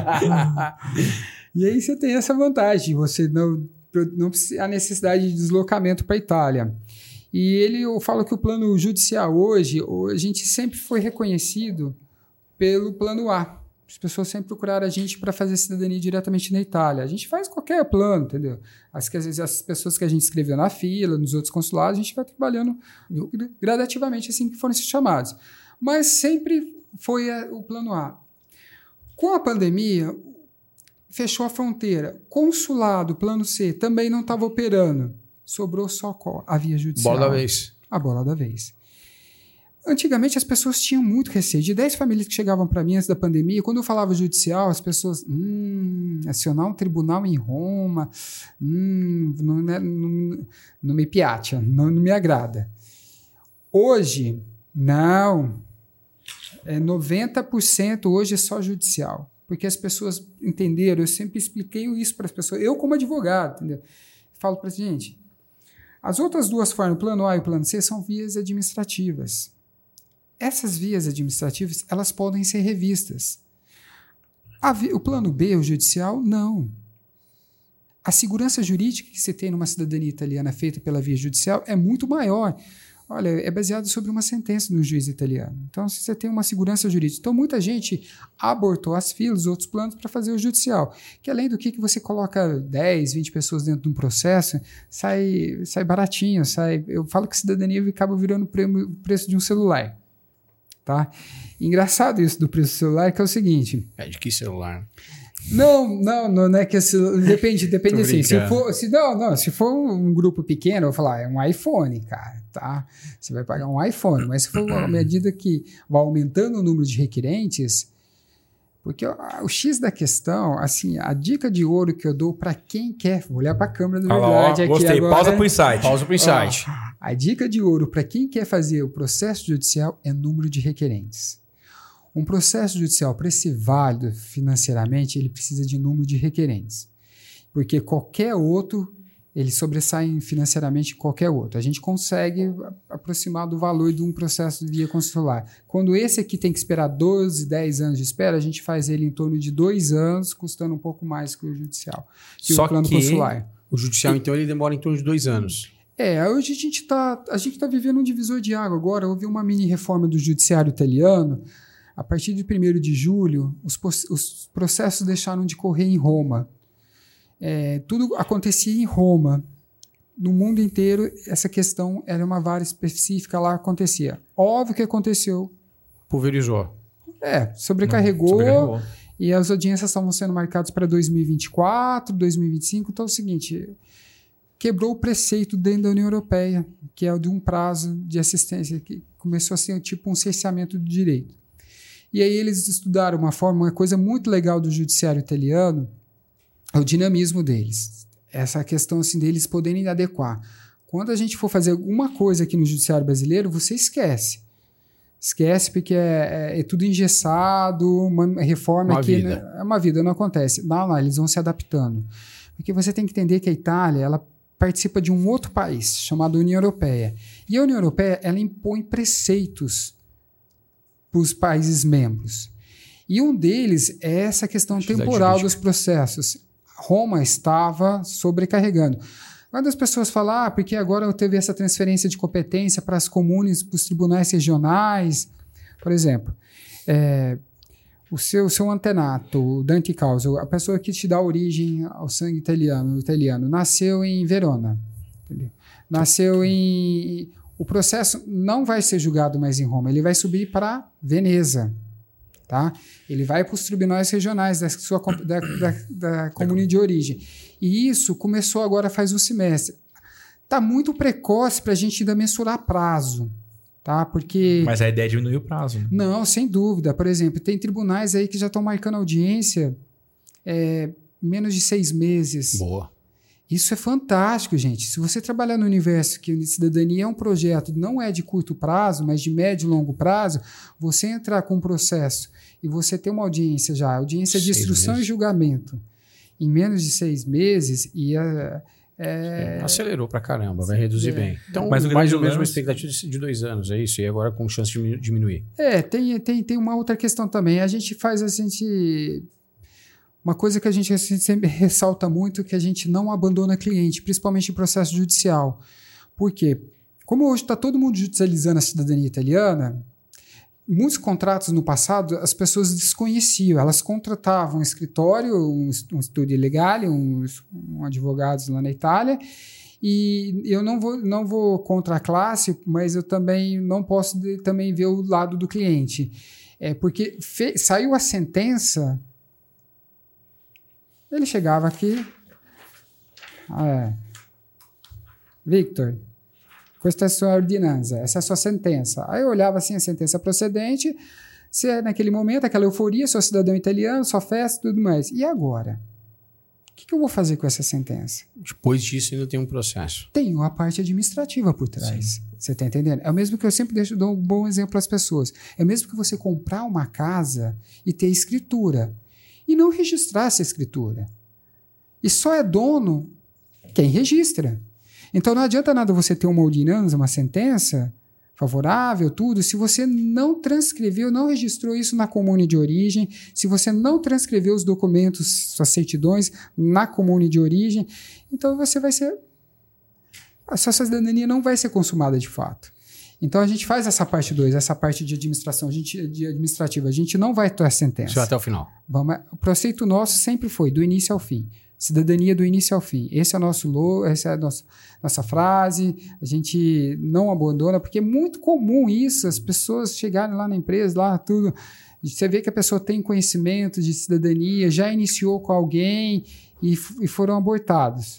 E aí você tem essa vantagem, você não há necessidade de deslocamento para a Itália. E eu falo que o plano judicial hoje, a gente sempre foi reconhecido pelo plano A. As pessoas sempre procuraram a gente para fazer cidadania diretamente na Itália. A gente faz qualquer plano, entendeu? Às vezes as pessoas que a gente escreveu na fila, nos outros consulados, a gente vai trabalhando gradativamente assim que forem esses chamados. Mas sempre foi o plano A. Com a pandemia, fechou a fronteira. Consulado, plano C, também não estava operando. Sobrou só a via judicial. Bola da vez. A bola da vez. Antigamente, as pessoas tinham muito receio. De 10 famílias que chegavam para mim antes da pandemia, quando eu falava judicial, as pessoas... acionar um tribunal em Roma... não me piacha, não me agrada. Hoje, não. 90% hoje é só judicial. Porque as pessoas entenderam. Eu sempre expliquei isso para as pessoas. Eu, como advogado, entendeu? Falo para a gente... As outras duas formas, o plano A e o plano C, são vias administrativas. Essas vias administrativas, elas podem ser revistas. O plano B, o judicial, não. A segurança jurídica que você tem numa cidadania italiana feita pela via judicial é muito maior. Olha, é baseado sobre uma sentença do juiz italiano. Então, se você tem uma segurança jurídica. Então, muita gente abortou as filas, outros planos para fazer o judicial. Que além do que você coloca 10, 20 pessoas dentro de um processo, sai baratinho. Eu falo que cidadania acaba virando o preço de um celular. Tá? Engraçado isso do preço do celular, que é o seguinte... De que celular? Não é que depende assim. Se for um grupo pequeno, eu vou falar, é um iPhone, cara, tá? Você vai pagar um iPhone, mas se for à medida que vai aumentando o número de requerentes, porque o X da questão, assim, a dica de ouro que eu dou para quem quer, vou olhar para a câmera da verdade aqui gostei. agora. Pausa pro insight. Pausa pro insight. A dica de ouro para quem quer fazer o processo judicial é número de requerentes. Um processo judicial, para ser válido financeiramente, ele precisa de número de requerentes. Porque qualquer outro, ele sobressai financeiramente qualquer outro. A gente consegue aproximar do valor de um processo de via consular. Quando esse aqui tem que esperar 12, 10 anos de espera, a gente faz ele em torno de 2 anos, custando um pouco mais que o judicial. Só o plano consular. O judicial, então, ele demora em torno de 2 anos. Hoje a gente tá vivendo um divisor de água agora. Houve uma mini reforma do judiciário italiano. A partir de 1º de julho, os processos deixaram de correr em Roma. Tudo acontecia em Roma. No mundo inteiro, essa questão era uma vara específica, lá acontecia. Óbvio que aconteceu. Pulverizou. Sobrecarregou. E as audiências estavam sendo marcadas para 2024, 2025. Então é o seguinte, quebrou o preceito dentro da União Europeia, que é o de um prazo de assistência, que começou a ser tipo um cerceamento do direito. E aí eles estudaram uma coisa muito legal do judiciário italiano, é o dinamismo deles. Essa questão assim, deles poderem adequar. Quando a gente for fazer alguma coisa aqui no judiciário brasileiro, você esquece. Esquece porque é tudo engessado, uma reforma aqui... É uma vida, não acontece. Não, eles vão se adaptando. Porque você tem que entender que a Itália, ela participa de um outro país, chamado União Europeia. E a União Europeia, ela impõe preceitos para os países membros. E um deles é essa questão temporal dos processos. Roma estava sobrecarregando. Quando as pessoas falam, porque agora teve essa transferência de competência para as comunes, para os tribunais regionais, por exemplo, o seu antenato, o Dante Causo, a pessoa que te dá origem ao sangue italiano, nasceu em Verona, entendeu? Nasceu em... O processo não vai ser julgado mais em Roma, ele vai subir para Veneza. Tá? Ele vai para os tribunais regionais da comune de origem. E isso começou agora faz um semestre. Está muito precoce para a gente ainda mensurar prazo. Tá? Porque... Mas a ideia é diminuir o prazo. Né? Não, sem dúvida. Por exemplo, tem tribunais aí que já estão marcando audiência menos de 6 meses. Boa. Isso é fantástico, gente. Se você trabalhar no universo que a cidadania é um projeto, não é de curto prazo, mas de médio e longo prazo, você entrar com um processo e você ter uma audiência já, audiência de instrução e julgamento, em menos de 6 meses, acelerou pra caramba, vai reduzir bem. Então, mas mais ou menos uma expectativa de 2 anos, é isso? E agora com chance de diminuir. Tem uma outra questão também. Uma coisa que a gente sempre ressalta muito é que a gente não abandona cliente, principalmente em processo judicial. Por quê? Como hoje está todo mundo judicializando a cidadania italiana, muitos contratos no passado as pessoas desconheciam. Elas contratavam um escritório, um estúdio legal, um advogados lá na Itália, e eu não vou contra a classe, mas eu também não posso também ver o lado do cliente. Porque saiu a sentença... Ele chegava aqui, Victor, questa é a sua ordinanza, essa é a sua sentença. Aí eu olhava assim a sentença procedente, se naquele momento, aquela euforia, sou cidadão italiano, só festa e tudo mais. E agora? O que eu vou fazer com essa sentença? Depois disso ainda tem um processo. Tem uma parte administrativa por trás. Sim. Você está entendendo? É o mesmo que eu sempre dou um bom exemplo às pessoas. É o mesmo que você comprar uma casa e ter escritura. E não registrar essa escritura. E só é dono quem registra. Então não adianta nada você ter uma ordinança, uma sentença favorável, tudo, se você não transcreveu, não registrou isso na comune de origem, se você não transcreveu os documentos, suas certidões na comune de origem, então a sua cidadania não vai ser consumada de fato. Então a gente faz essa parte 2, essa parte de administração, de administrativa. A gente não vai ter a sentença. Isso até o final. O preceito nosso sempre foi do início ao fim. Cidadania do início ao fim. Esse é o nosso essa é a nossa frase. A gente não abandona, porque é muito comum isso, as pessoas chegarem lá na empresa, lá tudo. Você vê que a pessoa tem conhecimento de cidadania, já iniciou com alguém e foram abortados.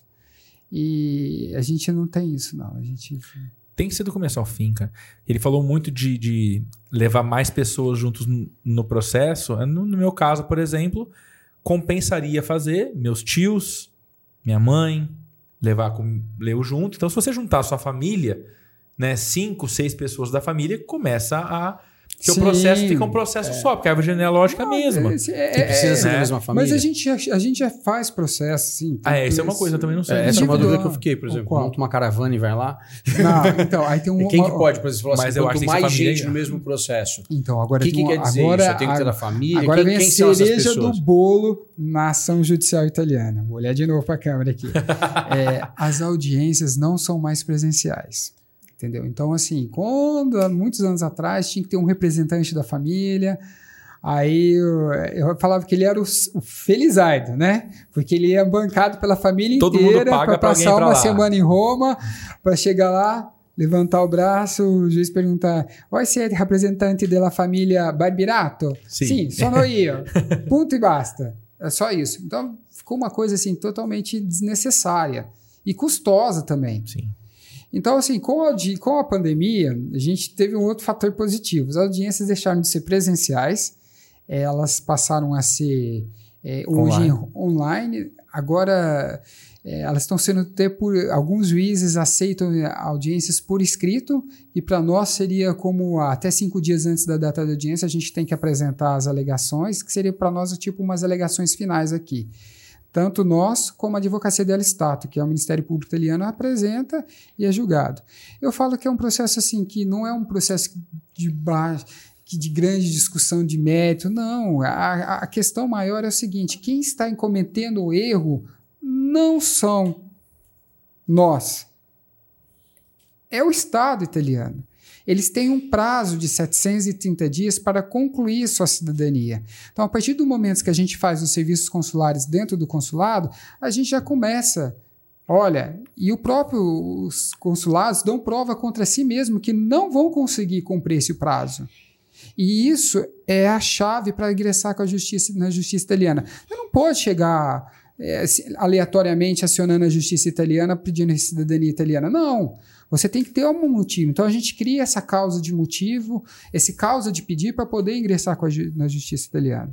E a gente não tem isso, não. A gente... Tem que ser do começo ao fim, cara. Ele falou muito de levar mais pessoas juntos no processo. No meu caso, por exemplo, compensaria fazer meus tios, minha mãe, ler junto. Então, se você juntar a sua família, né, 5, 6 pessoas da família, começa a... Porque o processo fica um processo só, porque a árvore genealógica é a mesma. Você precisa ser da mesma família. Mas a gente já faz processo, sim. Isso é uma coisa, eu também não sei. Essa é uma dúvida que eu fiquei, por exemplo. Monta uma caravana e vai lá. Não, então, aí tem um... Quem que pode, por exemplo, mas eu acho que mais gente no mesmo processo? Então, agora... O que quer dizer isso? Eu tenho que ter da família? Agora vem quem a são essas cereja pessoas? do bolo na ação judicial italiana. Vou olhar de novo para a câmera aqui. As audiências não são mais presenciais. Entendeu? Então, assim, há muitos anos atrás, tinha que ter um representante da família. Aí eu falava que ele era o Felizardo, né? Porque ele ia bancado pela família todo inteira para passar uma semana em Roma, para chegar lá, levantar o braço, o juiz perguntar: você é representante da família Barbirato? Sim, sono io. Ponto e basta. É só isso. Então, ficou uma coisa assim totalmente desnecessária e custosa também. Sim. Então, assim, com a pandemia, a gente teve um outro fator positivo. As audiências deixaram de ser presenciais elas passaram a ser hoje online. Agora, elas estão sendo alguns juízes aceitam audiências por escrito, e para nós seria como até 5 dias antes da data da audiência a gente tem que apresentar as alegações, que seria para nós tipo umas alegações finais aqui. Tanto nós como a Advocacia dello Stato, que é o Ministério Público italiano, apresenta e é julgado. Eu falo que é um processo assim, que não é um processo de grande discussão de mérito, não. A questão maior é o seguinte: quem está cometendo o erro não são nós, é o Estado italiano. Eles têm um prazo de 730 dias para concluir sua cidadania. Então, a partir do momento que a gente faz os serviços consulares dentro do consulado, a gente já começa. Olha, e os consulados dão prova contra si mesmo que não vão conseguir cumprir esse prazo. E isso é a chave para ingressar na justiça italiana. Você não pode chegar aleatoriamente acionando a justiça italiana pedindo cidadania italiana. Não. Você tem que ter um motivo. Então, a gente cria essa causa de motivo, essa causa de pedir para poder ingressar na justiça italiana.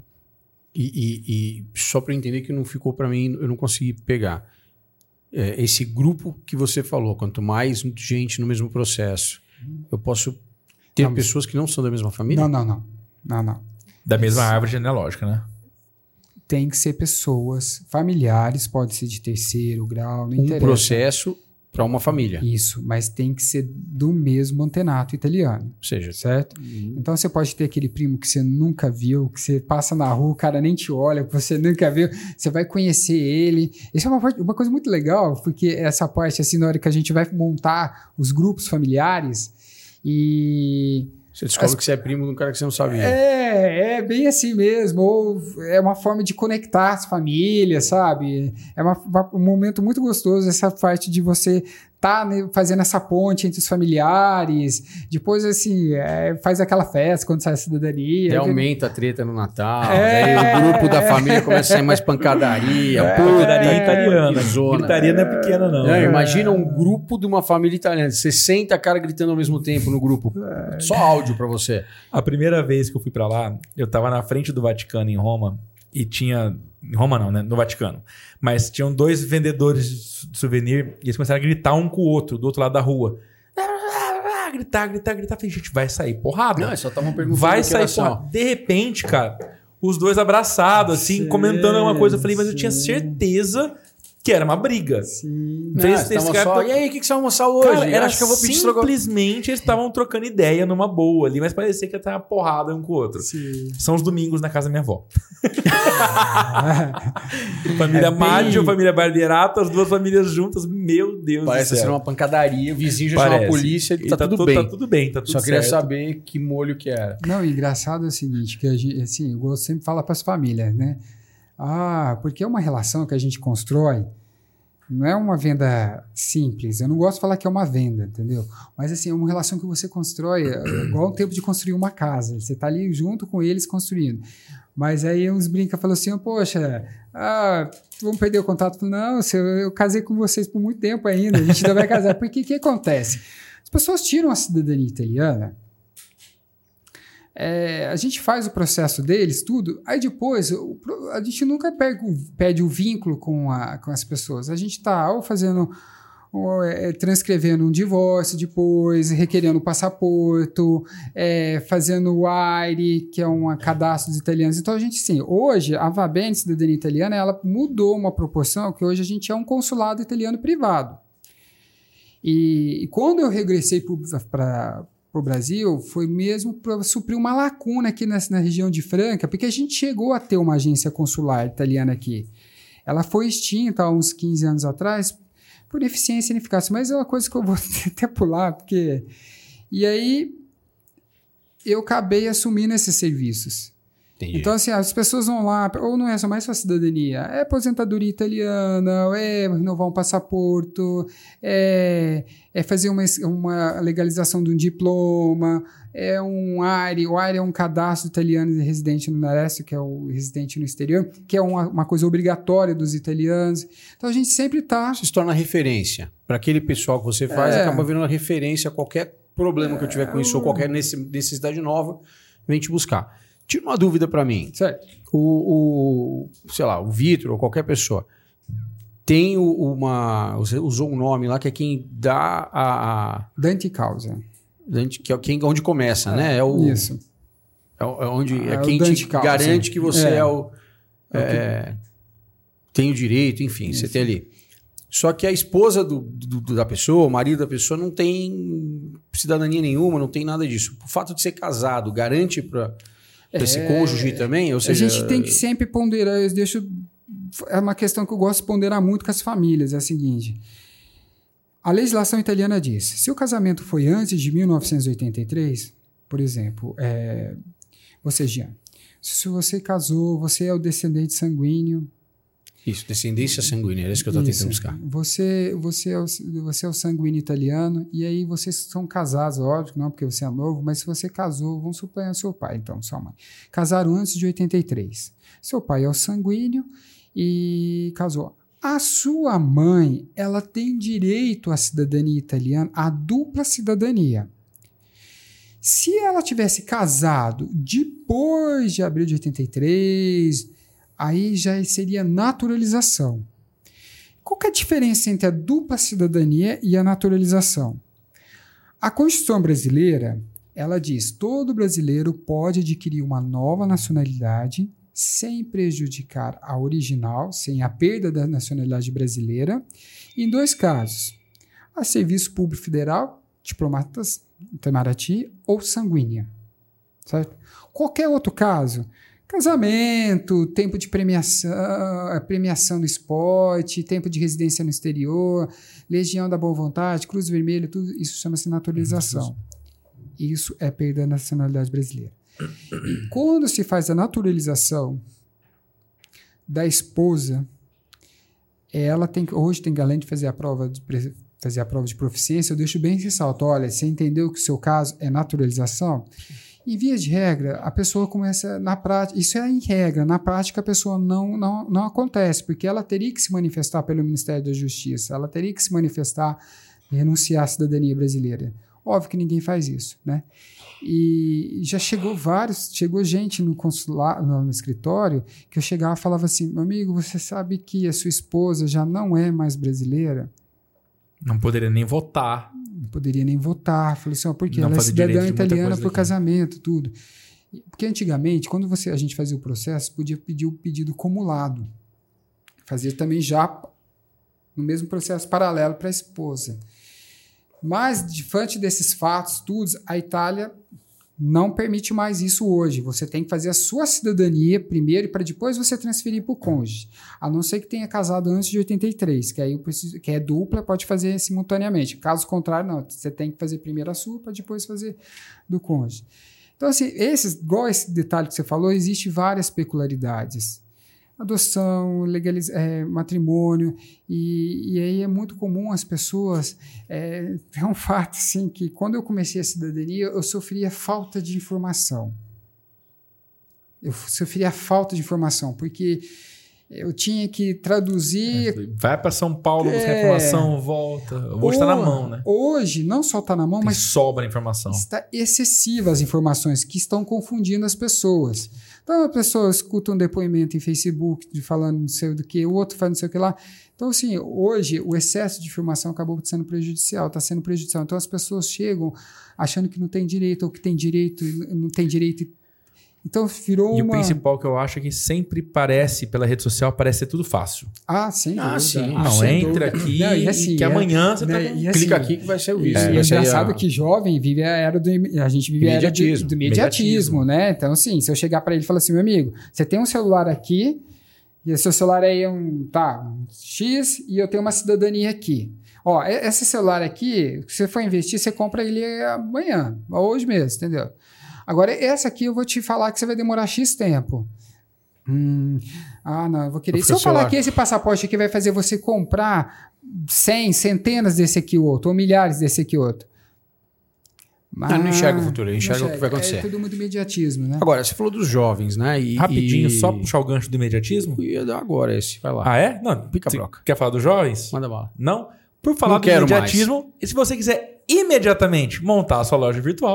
E só para entender que não ficou para mim, eu não consegui pegar. Esse grupo que você falou, quanto mais gente no mesmo processo, eu posso ter pessoas que não são da mesma família? Não. Da mesma árvore genealógica, né? Tem que ser pessoas familiares, pode ser de terceiro grau, não interessa. Um processo para uma família. Isso, mas tem que ser do mesmo antenato italiano. Ou seja, certo? Então você pode ter aquele primo que você nunca viu, que você passa na rua, o cara nem te olha, que você nunca viu, você vai conhecer ele. Isso é uma coisa muito legal, porque essa parte, assim, na hora que a gente vai montar os grupos familiares e... Você descobre que você é primo de um cara que você não sabia. É bem assim mesmo. Ou é uma forma de conectar as famílias, sabe? É um momento muito gostoso essa parte de você tá fazendo essa ponte entre os familiares. Depois, assim, faz aquela festa quando sai a cidadania. E aumenta a treta no Natal. Daí o grupo da família começa a sair mais pancadaria. Pancadaria italiana. Gritaria não é pequena, não. Imagina um grupo de uma família italiana. 60 caras gritando ao mesmo tempo no grupo. Só áudio pra você. A primeira vez que eu fui pra lá, eu tava na frente do Vaticano, em Roma, e tinha... Em Roma não, né? No Vaticano. Mas tinham 2 vendedores de souvenir e eles começaram a gritar um com o outro, do outro lado da rua. Gritar. Falei, gente, vai sair porrada. Não, só estavam perguntando. Vai sair porrada. De repente, cara, os 2 abraçados, assim, comentando alguma coisa. Eu falei, mas eu tinha certeza que era uma briga. Sim. E aí, o que você vai almoçar hoje? Cara, Acho que eu vou pedir simplesmente eles estavam trocando ideia numa boa ali, mas parecia que ia ter uma porrada um com o outro. Sim. São os domingos na casa da minha avó. Família Maggio, família Barbierato, as 2 famílias juntas, meu Deus Parece do céu. ser uma pancadaria, o vizinho já chama a polícia e tá tudo bem. Tá tudo bem, tá tudo Só certo. queria saber que molho que era. Não, engraçado é o seguinte, que a gente, assim, eu gosto sempre de falar para as famílias, né? Porque é uma relação que a gente constrói. Não é uma venda simples. Eu não gosto de falar que é uma venda, entendeu? Mas, assim, é uma relação que você constrói, igual o tempo de construir uma casa. Você está ali junto com eles construindo. Mas aí uns brincam e falam assim, poxa, vamos perder o contato. Não, eu casei com vocês por muito tempo ainda, a gente ainda vai casar. Porque o que acontece? As pessoas tiram a cidadania italiana, a gente faz o processo deles, tudo, aí depois a gente nunca pede o vínculo com as pessoas. A gente está transcrevendo um divórcio depois, requerendo o passaporte, fazendo o AIRE, que é um cadastro dos italianos. Então, a gente, sim, hoje, a Va Bene Cidadania Italiana, ela mudou uma proporção que hoje a gente é um consulado italiano privado. E quando eu regressei para o Brasil, foi mesmo para suprir uma lacuna aqui na região de Franca, porque a gente chegou a ter uma agência consular italiana aqui. Ela foi extinta há uns 15 anos atrás, por eficiência e ineficácia, mas é uma coisa que eu vou até pular, porque... E aí, eu acabei assumindo esses serviços. Entendi. Então, assim, as pessoas vão lá, ou não é só mais sua cidadania, é aposentadoria italiana, é renovar um passaporte, é fazer uma legalização de um diploma, é um AIRE. O AIRE é um cadastro italiano de residente no Nordeste, que é o residente no exterior, que é uma coisa obrigatória dos italianos. Então, a gente sempre está... Isso se torna referência. Para aquele pessoal que você faz, acaba virando referência a qualquer problema que eu tiver com isso, ou qualquer necessidade nova, vem te buscar. Tira uma dúvida para mim. Certo. Sei lá, o Vitor ou qualquer pessoa tem usou um nome lá que é quem dá a Dante Causa. que é onde começa, né? Isso. É quem te garante que você tem o direito, enfim, isso. Você tem ali. Só que a esposa da pessoa, o marido da pessoa, não tem cidadania nenhuma, não tem nada disso. O fato de ser casado garante para esse cônjuge também? Ou seja, a gente tem que sempre ponderar, é uma questão que eu gosto de ponderar muito com as famílias, é a seguinte. A legislação italiana diz, se o casamento foi antes de 1983, por exemplo, você, Jean, se você casou, você é o descendente sanguíneo. Isso, descendência sanguínea, é isso que eu estou tentando buscar. Você é o sanguíneo italiano, e aí vocês são casados, óbvio, não porque você é novo, mas se você casou, vamos supor, é seu pai, então, sua mãe. Casaram antes de 83. Seu pai é o sanguíneo e casou. A sua mãe, ela tem direito à cidadania italiana, à dupla cidadania. Se ela tivesse casado depois de abril de 83, aí já seria naturalização. Qual que é a diferença entre a dupla cidadania e a naturalização? A Constituição brasileira, ela diz que todo brasileiro pode adquirir uma nova nacionalidade sem prejudicar a original, sem a perda da nacionalidade brasileira, em 2 casos: a Serviço Público Federal, diplomatas, Itamaraty ou sanguínea. Certo? Qualquer outro caso, casamento, tempo de premiação no esporte, tempo de residência no exterior, Legião da Boa Vontade, Cruz Vermelha, tudo isso chama-se naturalização. Isso é perda da nacionalidade brasileira. Quando se faz a naturalização da esposa, ela hoje tem, além de fazer a prova de proficiência, eu deixo bem ressalto, olha, você entendeu que o seu caso é naturalização? Em via de regra, a pessoa começa na prática, isso é em regra, na prática a pessoa não acontece, porque ela teria que se manifestar pelo Ministério da Justiça, ela teria que se manifestar e renunciar à cidadania brasileira. Óbvio que ninguém faz isso, né? E já chegou gente no consulado, no escritório, que eu chegava e falava assim, meu amigo, você sabe que a sua esposa já não é mais brasileira? Não poderia nem votar. Não poderia nem votar. Falei assim, porque ela é cidadã italiana por casamento, tudo. Porque antigamente, quando a gente fazia o processo, podia pedir o pedido cumulado. Fazia também já no mesmo processo paralelo para a esposa. Mas, diante desses fatos, todos, a Itália não permite mais isso hoje. Você tem que fazer a sua cidadania primeiro para depois você transferir para o cônjuge. A não ser que tenha casado antes de 83, que aí que é dupla, pode fazer simultaneamente. Caso contrário, não. Você tem que fazer primeiro a sua para depois fazer do cônjuge. Então, assim, igual esse detalhe que você falou, existem várias peculiaridades. Adoção, matrimônio, e aí é muito comum as pessoas... É um fato, assim, que quando eu comecei a cidadania, eu sofria falta de informação. Porque eu tinha que traduzir... Vai para São Paulo buscar informação, volta. Hoje está na mão, né? Hoje não só está na mão, mas... sobra informação. Está excessiva as informações que estão confundindo as pessoas. Então, a pessoa escuta um depoimento em Facebook falando não sei do que, o outro faz não sei o que lá. Então, assim, hoje o excesso de informação acabou sendo prejudicial, está sendo prejudicial. Então, as pessoas chegam achando que não tem direito, ou que tem direito e não tem direito. Então, virou o principal que eu acho é que sempre parece, pela rede social, parece ser tudo fácil. Sim. Sim. Não, entra aqui que amanhã você clica aqui que vai ser o visto. É engraçado que jovem vive a era a gente vive a era do imediatismo, né? Então, assim, se eu chegar para ele e falar assim, meu amigo, você tem um celular aqui, e o seu celular aí é um X, e eu tenho uma cidadania aqui. Ó, esse celular aqui, se você for investir, você compra ele amanhã, hoje mesmo, entendeu? Agora, essa aqui eu vou te falar que você vai demorar X tempo. Não, eu vou querer... Se eu falar que esse passaporte aqui vai fazer você comprar centenas desse aqui outro, ou milhares desse aqui outro. Não enxerga o futuro, enxerga o que vai acontecer. É tudo muito imediatismo, né? Agora, você falou dos jovens, né? Rapidinho, só puxar o gancho do imediatismo? Eu ia dar agora esse, vai lá. É? Não, pica a broca. Quer falar dos jovens? Manda bala. Não? Por falar do imediatismo, e se você quiser imediatamente montar a sua loja virtual,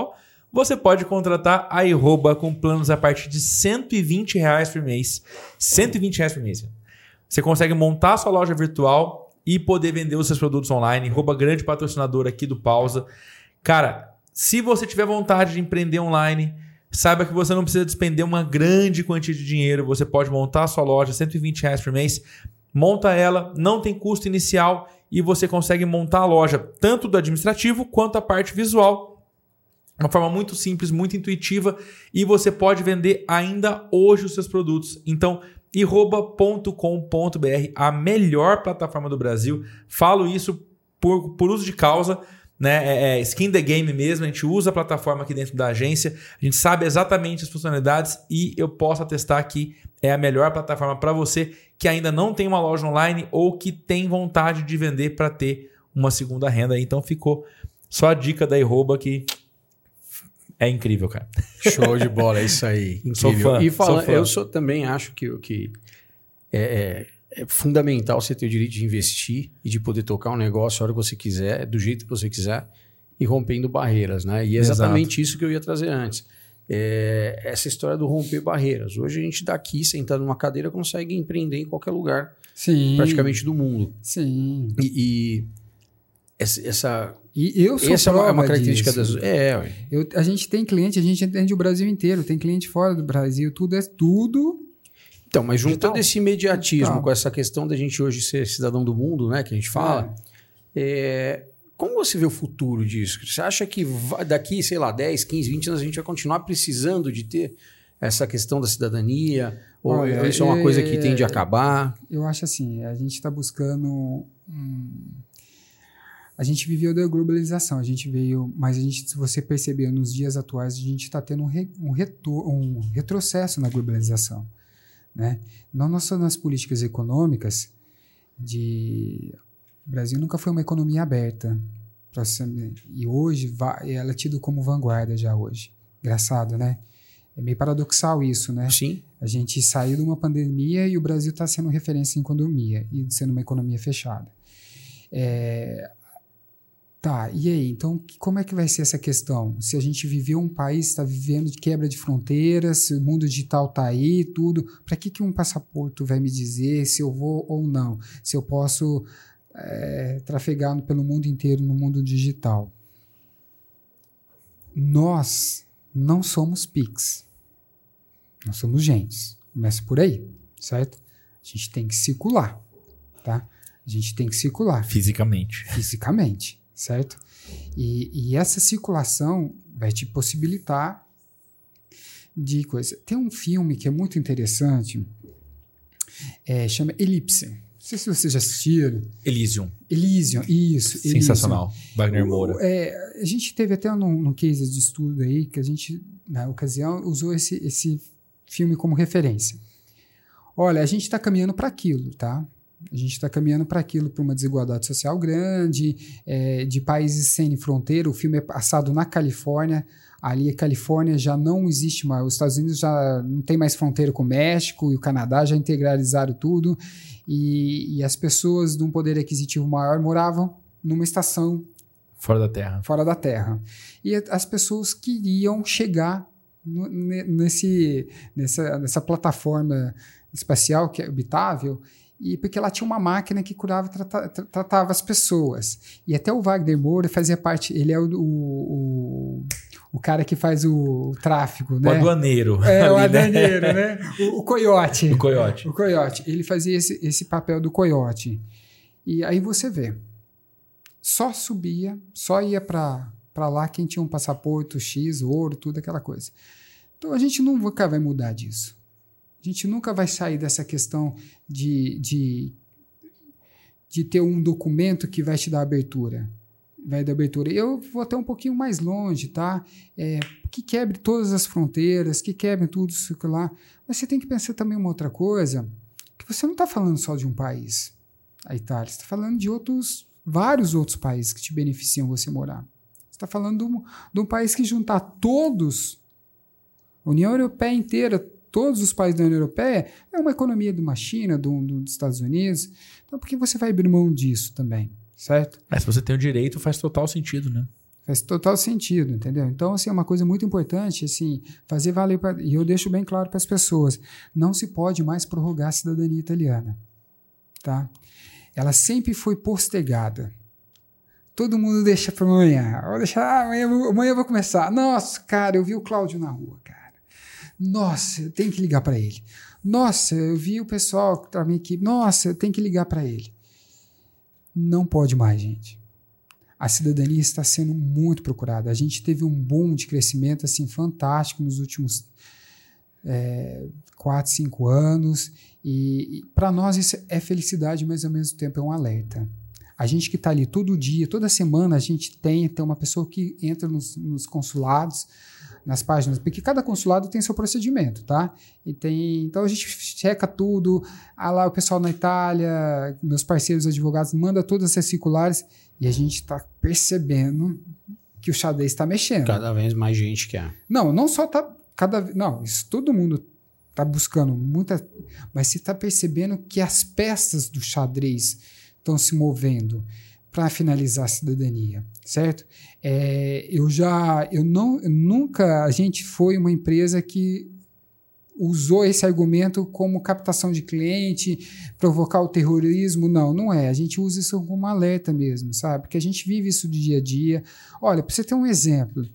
você pode contratar a iRoba com planos a partir de R$120 por mês. R$120 por mês. Você consegue montar a sua loja virtual e poder vender os seus produtos online. iRoba, grande patrocinador aqui do Pausa. Cara, se você tiver vontade de empreender online, saiba que você não precisa despender uma grande quantia de dinheiro. Você pode montar a sua loja, R$120 por mês. Monta ela, não tem custo inicial e você consegue montar a loja tanto do administrativo quanto a parte visual. Uma forma muito simples, muito intuitiva e você pode vender ainda hoje os seus produtos. Então, iRoba.com.br, a melhor plataforma do Brasil. Falo isso por uso de causa, né? Skin the game mesmo. A gente usa a plataforma aqui dentro da agência. A gente sabe exatamente as funcionalidades e eu posso atestar que é a melhor plataforma para você que ainda não tem uma loja online ou que tem vontade de vender para ter uma segunda renda. Então, ficou só a dica da iRoba que... é incrível, cara. Show de bola, é isso aí. Incrível. Sou fã, e falando, sou fã. Também acho que é fundamental você ter o direito de investir e de poder tocar um negócio a hora que você quiser, do jeito que você quiser e rompendo barreiras, né? E é exatamente isso que eu ia trazer antes. Essa história do romper barreiras. Hoje a gente daqui, sentado numa cadeira, consegue empreender em qualquer lugar, Sim. praticamente do mundo. Sim. E essa eu sou essa é uma característica disso. das... A gente tem cliente, a gente atende o Brasil inteiro, tem cliente fora do Brasil, tudo. Então, mas juntando digital. esse imediatismo Digital. com essa questão da gente hoje ser cidadão do mundo, né, que a gente fala, como você vê o futuro disso? Você acha que daqui, sei lá, 10, 15, 20 anos a gente vai continuar precisando de ter essa questão da cidadania? Ou isso é uma coisa que tende a acabar? Eu acho assim, a gente está buscando... A gente viveu da globalização, mas se você perceber nos dias atuais, a gente está tendo um retrocesso na globalização, né? Nas políticas econômicas, o Brasil nunca foi uma economia aberta, e hoje ela é tida como vanguarda já hoje. Engraçado, né? É meio paradoxal isso, né? Sim. A gente saiu de uma pandemia e o Brasil está sendo referência em economia e sendo uma economia fechada. Tá, e aí? Então, como é que vai ser essa questão? Se a gente viveu um país, está vivendo de quebra de fronteiras, se o mundo digital está aí, tudo, para que um passaporte vai me dizer se eu vou ou não? Se eu posso trafegar pelo mundo inteiro no mundo digital? Nós não somos Pix. Nós somos gentes. Começa por aí, certo? A gente tem que circular, tá? A gente tem que circular. Fisicamente, certo? E essa circulação vai te possibilitar de coisa. Tem um filme que é muito interessante, chama Elipse. Não sei se vocês já assistiram. Elysium, isso. sensacional. Wagner Moura. A gente teve até num case de estudo aí que a gente, na ocasião, usou esse filme como referência. Olha, a gente está caminhando para aquilo, tá? A gente está caminhando para aquilo, para uma desigualdade social grande, de países sem fronteira. O filme é passado na Califórnia. Ali a Califórnia já não existe mais. Os Estados Unidos já não tem mais fronteira com o México e o Canadá já integralizaram tudo. E as pessoas de um poder aquisitivo maior moravam numa estação fora da Terra. E as pessoas queriam chegar nessa plataforma espacial que é habitável, porque ela tinha uma máquina que curava e tratava as pessoas. E até o Wagner Moura fazia parte, ele é o cara que faz o tráfico, né? O aduaneiro. O aduaneiro, né? O coiote. O coiote. O coiote. Ele fazia esse papel do coiote. E aí você vê, só ia para lá quem tinha um passaporte X, ouro, tudo aquela coisa. Então a gente nunca vai mudar disso. A gente nunca vai sair dessa questão de ter um documento que vai te dar abertura. Vai dar abertura. Eu vou até um pouquinho mais longe, tá? Que quebre todas as fronteiras, que quebre tudo isso lá. Mas você tem que pensar também uma outra coisa, que você não está falando só de um país, a Itália. Você está falando de vários outros países que te beneficiam você morar. Você está falando de um país que juntar todos, a União Europeia inteira, todos os países da União Europeia, é uma economia de uma China, dos Estados Unidos. Então, por que você vai abrir mão disso também, certo? Se você tem o direito, faz total sentido, né? Faz total sentido, entendeu? Então, assim, é uma coisa muito importante, assim, fazer valer... E eu deixo bem claro para as pessoas, não se pode mais prorrogar a cidadania italiana, tá? Ela sempre foi postergada. Todo mundo deixa para amanhã. Vou deixar, amanhã eu vou começar. Nossa, cara, eu vi o Cláudio na rua, cara. Nossa, eu tenho que ligar para ele. Nossa, eu vi o pessoal que está na minha equipe. Nossa, eu tenho que ligar para ele. Não pode mais, gente. A cidadania está sendo muito procurada. A gente teve um boom de crescimento assim, fantástico nos últimos 4, 5 anos. E para nós isso é felicidade, mas ao mesmo tempo é um alerta. A gente que está ali todo dia, toda semana, a gente tem uma pessoa que entra nos consulados, nas páginas, porque cada consulado tem seu procedimento, tá? Então a gente checa tudo. Lá o pessoal na Itália, meus parceiros advogados, manda todas essas circulares e a gente está percebendo que o xadrez está mexendo. Cada vez mais gente quer. Não só está não, isso todo mundo está buscando muita, mas você está percebendo que as peças do xadrez estão se movendo para finalizar a cidadania, certo? Nunca a gente foi uma empresa que usou esse argumento como captação de cliente, provocar o terrorismo. Não é. A gente usa isso como alerta mesmo, sabe? Porque a gente vive isso do dia a dia. Olha, para você ter um exemplo,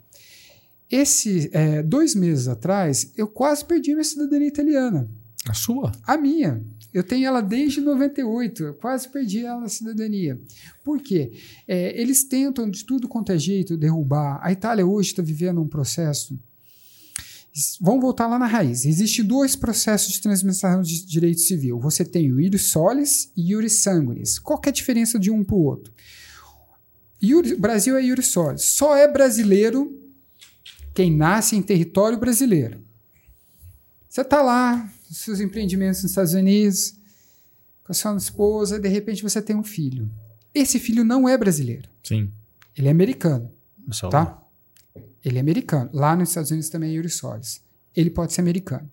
2 meses atrás, eu quase perdi minha cidadania italiana. A sua? A minha. Eu tenho ela desde 98, eu quase perdi ela na cidadania. Por quê? Eles tentam de tudo quanto é jeito derrubar. A Itália hoje está vivendo um processo... Vamos voltar lá na raiz. Existem 2 processos de transmissão de direito civil. Você tem o iuris solis e iuris sanguinis. Qual que é a diferença de um para o outro? O Brasil é iuris solis. Só é brasileiro quem nasce em território brasileiro. Você está lá, seus empreendimentos nos Estados Unidos, com a sua esposa, e de repente você tem um filho. Esse filho não é brasileiro. Sim. Ele é americano. Tá? Tá? Ele é americano. Lá nos Estados Unidos também é iuris solis. Ele pode ser americano.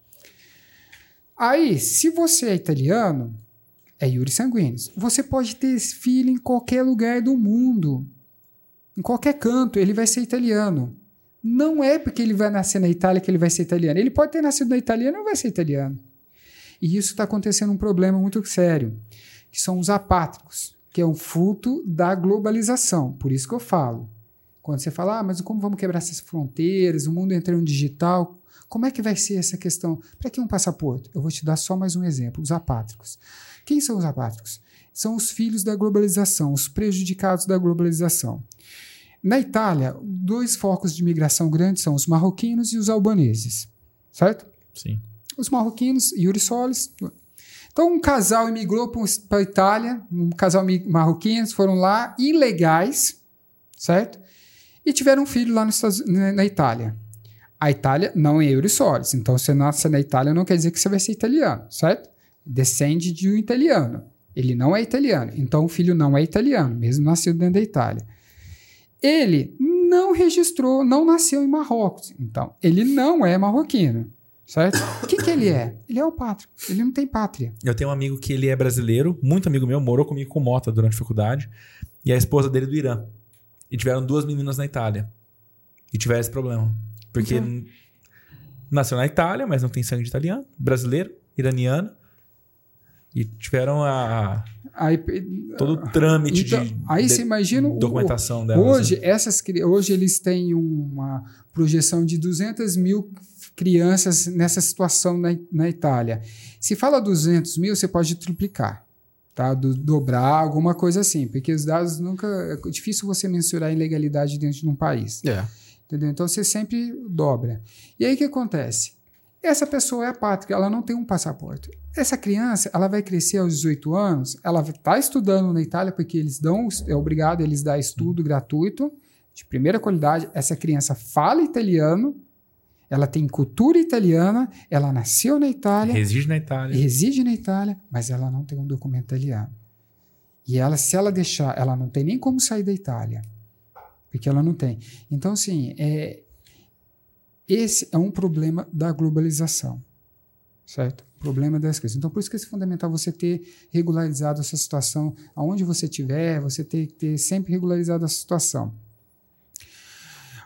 Aí, se você é italiano, é iuris sanguinis. Você pode ter esse filho em qualquer lugar do mundo. Em qualquer canto, ele vai ser italiano. Não é porque ele vai nascer na Itália que ele vai ser italiano. Ele pode ter nascido na Itália e não vai ser italiano. E isso está acontecendo um problema muito sério, que são os apátricos, que é um fruto da globalização. Por isso que eu falo. Quando você fala, mas como vamos quebrar essas fronteiras, o mundo entrando no digital, como é que vai ser essa questão? Para que um passaporte? Eu vou te dar só mais um exemplo, os apátricos. Quem são os apátricos? São os filhos da globalização, os prejudicados da globalização. Na Itália, 2 focos de imigração grandes são os marroquinos e os albaneses, certo? Sim. Os marroquinos, iuris solis. Então, um casal imigrou para a Itália, um casal marroquinos foram lá, ilegais, certo? E tiveram um filho lá na Itália. A Itália não é iuris solis, então você nasce na Itália não quer dizer que você vai ser italiano, certo? Descende de um italiano. Ele não é italiano, então o filho não é italiano, mesmo nascido dentro da Itália. Ele não registrou, não nasceu em Marrocos. Então, ele não é marroquino, certo? O que ele é? Ele é apátrico. Ele não tem pátria. Eu tenho um amigo que ele é brasileiro, muito amigo meu, morou comigo com Mota durante a faculdade, e a esposa dele do Irã. E tiveram 2 meninas na Itália. E tiveram esse problema. Porque nasceu na Itália, mas não tem sangue de italiano, brasileiro, iraniano. E tiveram todo o trâmite aí você imagina documentação delas. Hoje eles têm uma projeção de 200 mil crianças nessa situação na Itália. Se fala 200 mil, você pode triplicar, tá? Dobrar, alguma coisa assim, porque os dados nunca... É difícil você mensurar a ilegalidade dentro de um país. Entendeu? Então você sempre dobra. E aí o que acontece? Essa pessoa é apátrica, ela não tem um passaporte. Essa criança, ela vai crescer aos 18 anos, ela está estudando na Itália porque eles eles dão estudo gratuito, de primeira qualidade. Essa criança fala italiano, ela tem cultura italiana, ela nasceu na Itália. Reside na Itália, mas ela não tem um documento italiano. E se ela deixar, ela não tem nem como sair da Itália, porque ela não tem. Então, assim, esse é um problema da globalização, certo? Problema das coisas. Então, por isso que é fundamental você ter regularizado essa situação, aonde você estiver, você ter sempre regularizado a situação.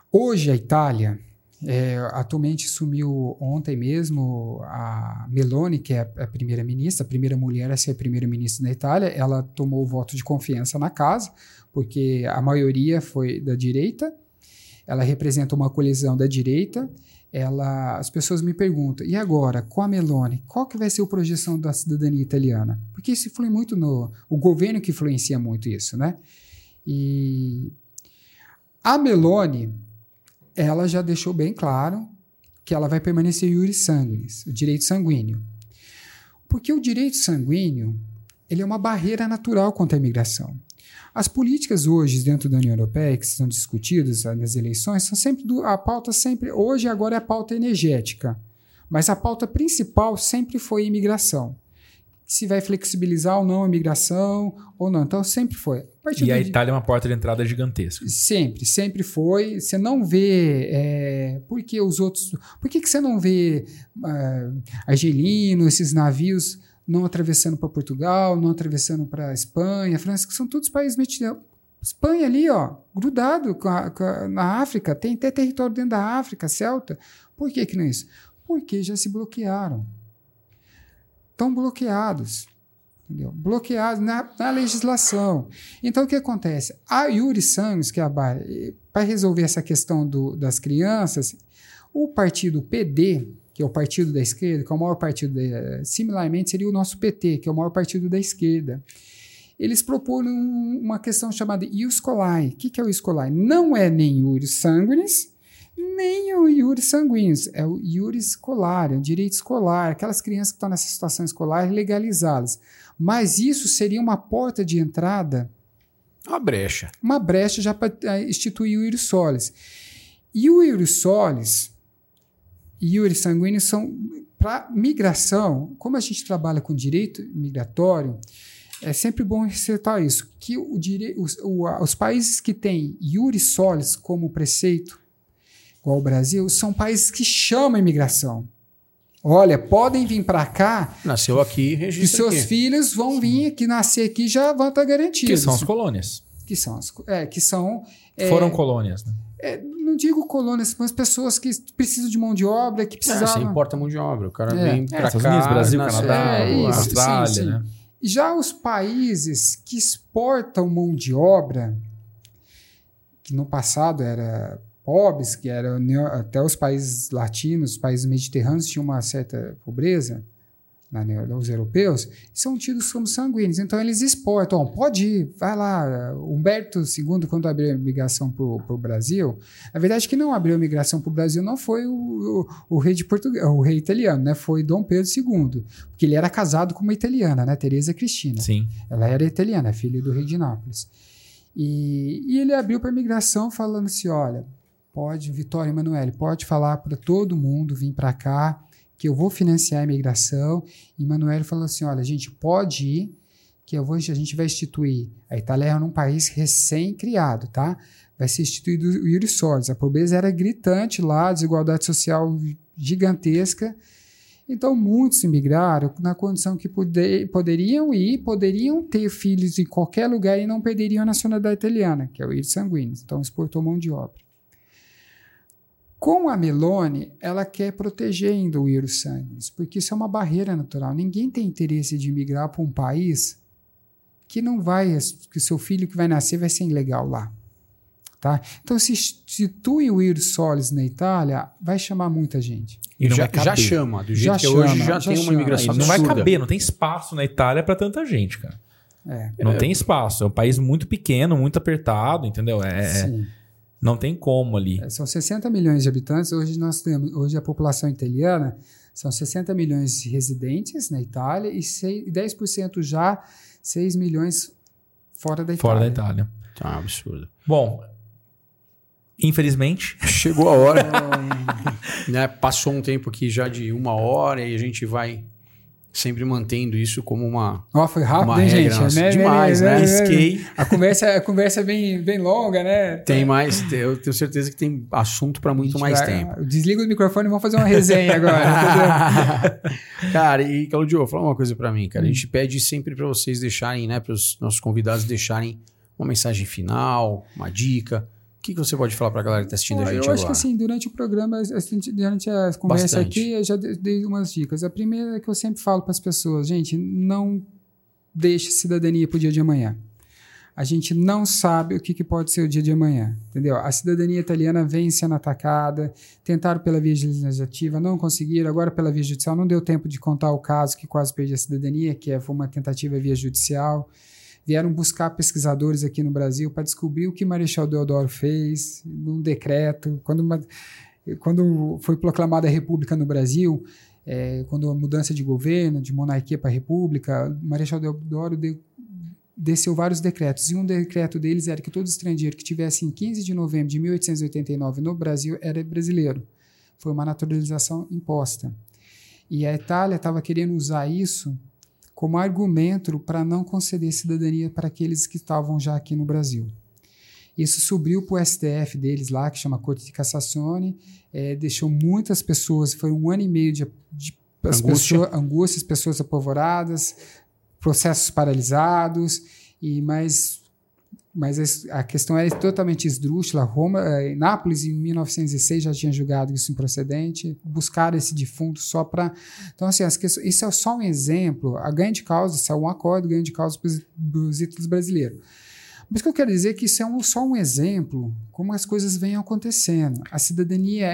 Hoje a Itália, atualmente sumiu ontem mesmo a Meloni, que é a primeira-ministra, a primeira mulher a ser a primeira-ministra da Itália. Ela tomou o voto de confiança na casa, porque a maioria foi da direita. Ela representa uma colisão da direita. As pessoas me perguntam, e agora, com a Meloni, qual que vai ser a projeção da cidadania italiana? Porque isso influi muito o governo que influencia muito isso, né? E a Meloni, ela já deixou bem claro que ela vai permanecer iuris sanguinis, o direito sanguíneo. Porque o direito sanguíneo, ele é uma barreira natural contra a imigração. As políticas hoje dentro da União Europeia, que são discutidas nas eleições, são sempre a pauta sempre, hoje agora é a pauta energética, mas a pauta principal sempre foi a imigração. Se vai flexibilizar ou não a imigração ou não, então sempre foi. E a Itália é uma porta de entrada gigantesca. Sempre foi. Você não vê, por que você não vê argelino, esses navios não atravessando para Portugal, não atravessando para Espanha, França, que são todos países mediterrâneos. Espanha ali, ó, grudado na África, tem até território dentro da África, Celta. Por que não é isso? Porque já se bloquearam. Estão bloqueados. Entendeu? Bloqueados na legislação. Então, o que acontece? A iuris sanguinis, que é para resolver essa questão das crianças, o partido PD, que é o partido da esquerda, que é o maior partido, similarmente seria o nosso PT, que é o maior partido da esquerda. Eles proporam uma questão chamada ius scholae. O que é o ius scholae? Não é nem iuris sanguinis, nem o iuris sanguinis, é o iuris scholae, o direito escolar, aquelas crianças que estão nessa situação escolar, legalizá-las. Mas isso seria uma porta de entrada, uma brecha já para instituir o iuris solis. E o iuris solis e iuris sanguinis são, para migração, como a gente trabalha com direito migratório, é sempre bom ressaltar isso, que os países que têm iuris solis como preceito, igual o Brasil, são países que chamam a imigração. Olha, podem vir para cá. Nasceu aqui, registra e seus aqui. Filhos vão vir aqui, nascer aqui, já vão estar garantidos. Que são as colônias. Foram colônias, né? Não digo colônias, mas pessoas que precisam de mão de obra, que precisavam... Você importa mão de obra. O cara vem para Estados cá. Unidos, Brasil, Canadá, Austrália, sim. né? Já os países que exportam mão de obra, que no passado era pobres, que eram até os países latinos, os países mediterrâneos tinham uma certa pobreza, os europeus, são tidos como sanguíneos. Então, eles exportam. Pode ir, vai lá. Humberto II, quando abriu a migração para o Brasil, na verdade, que não abriu a migração para o Brasil não foi o rei de Portugal, o rei italiano, né? Foi Dom Pedro II, porque ele era casado com uma italiana, né? Teresa Cristina. Sim. Ela era italiana, filha do rei de Nápoles. E ele abriu para a migração falando assim, olha, Vitória Emanuele, pode falar para todo mundo vir para cá, que eu vou financiar a imigração. E Emanuele falou assim, olha, a gente pode ir, que a gente vai instituir. A Itália é um país recém-criado, tá? Vai ser instituído o iuris solis. A pobreza era gritante lá, a desigualdade social gigantesca. Então, muitos imigraram na condição que poderiam ir, poderiam ter filhos em qualquer lugar e não perderiam a nacionalidade italiana, que é o iuris sanguinis. Então, exportou mão de obra. Com a Meloni, ela quer proteger ainda o iuris sanguinis, porque isso é uma barreira natural. Ninguém tem interesse de migrar para um país que não vai, que seu filho que vai nascer vai ser ilegal lá. Tá? Então, se institui o iuris solis na Itália, vai chamar muita gente. E já chama, do jeito que hoje já tem uma imigração absurda. Não vai absurda. caber, não tem espaço na Itália para tanta gente, cara. Não tem espaço. É um país muito pequeno, muito apertado, entendeu? Sim. Não tem como ali. São 60 milhões de habitantes. Hoje a população italiana são 60 milhões de residentes na Itália e 10% já, 6 milhões fora da Itália. Fora da Itália. Tá absurdo. Bom, infelizmente... Chegou a hora. Né? Passou um tempo aqui já de 1 hora e a gente vai sempre mantendo isso como uma foi rápido, uma hein, regra gente? nossa. Demais, né? Esquei. A conversa é bem longa, né? Tem mais, eu tenho certeza que tem assunto para muito mais tempo. Desliga o microfone e vamos fazer uma resenha agora. Cara, e Claudio, fala uma coisa para mim, cara. A gente pede sempre para vocês deixarem, né, para os nossos convidados deixarem uma mensagem final, uma dica. que você pode falar para a galera que está assistindo a gente agora? Eu acho que assim, durante o programa, durante a conversa aqui, eu já dei umas dicas. A primeira é que eu sempre falo para as pessoas, gente, não deixe cidadania para o dia de amanhã. A gente não sabe o que pode ser o dia de amanhã, entendeu? A cidadania italiana vem sendo atacada, tentaram pela via legislativa, não conseguiram, agora pela via judicial, não deu tempo de contar o caso que quase perdi a cidadania, foi uma tentativa via judicial. Vieram buscar pesquisadores aqui no Brasil para descobrir o que Marechal Deodoro fez num decreto. Quando foi proclamada a República no Brasil, quando a mudança de governo, de monarquia para república, Marechal Deodoro desceu vários decretos, e um decreto deles era que todo estrangeiro que tivesse em 15 de novembro de 1889 no Brasil era brasileiro. Foi uma naturalização imposta. E a Itália estava querendo usar isso como argumento para não conceder cidadania para aqueles que estavam já aqui no Brasil. Isso subiu para o STF deles lá, que chama Corte de Cassazione, deixou muitas pessoas, foi 1 ano e meio de angústia, as pessoas apavoradas, processos paralisados, mas a questão era totalmente esdrúxula. Nápoles, em 1906, já tinha julgado isso improcedente, buscaram esse defunto só para... Então, assim, isso é só um exemplo. A ganho de causa, isso é um acordo, ganho de causa para os ídolos brasileiros. Mas o que eu quero dizer é que isso é só um exemplo, como as coisas vêm acontecendo. A cidadania,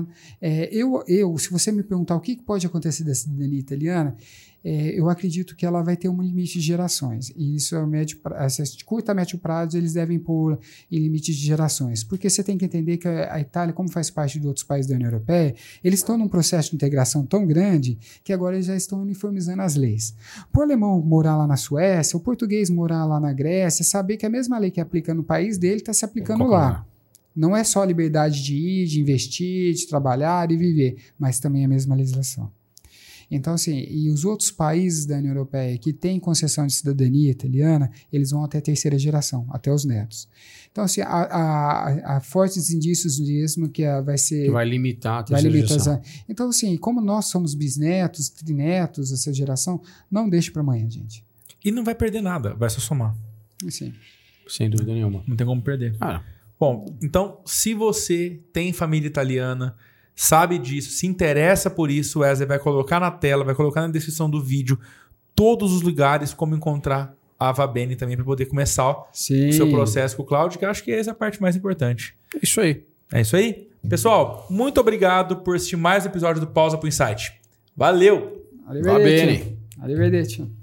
se você me perguntar o que pode acontecer da cidadania italiana, eu acredito que ela vai ter um limite de gerações. E isso de curto a médio prazo, eles devem pôr em limite de gerações. Porque você tem que entender que a Itália, como faz parte de outros países da União Europeia, eles estão num processo de integração tão grande que agora eles já estão uniformizando as leis. Para o alemão morar lá na Suécia, o português morar lá na Grécia, saber que a mesma lei que aplica no país dele está se aplicando lá. Não é só a liberdade de ir, de investir, de trabalhar e viver, mas também a mesma legislação. Então, assim, e os outros países da União Europeia que têm concessão de cidadania italiana, eles vão até a 3ª geração, até os netos. Então, assim, há fortes indícios mesmo que vai limitar a 3ª geração. Então, assim, como nós somos bisnetos, trinetos, essa geração, não deixe para amanhã, gente. E não vai perder nada, vai só somar. Sim. Sem dúvida nenhuma. Não tem como perder. Ah, bom, então, se você tem família italiana, sabe disso, se interessa por isso, o Wesley vai colocar na tela, vai colocar na descrição do vídeo todos os lugares como encontrar a Vabene também para poder começar o seu processo com o Cláudio, que eu acho que essa é a parte mais importante. Isso aí. É isso aí? Pessoal, muito obrigado por assistir mais um episódio do Pausa pro Insight. Valeu! Arrivederci.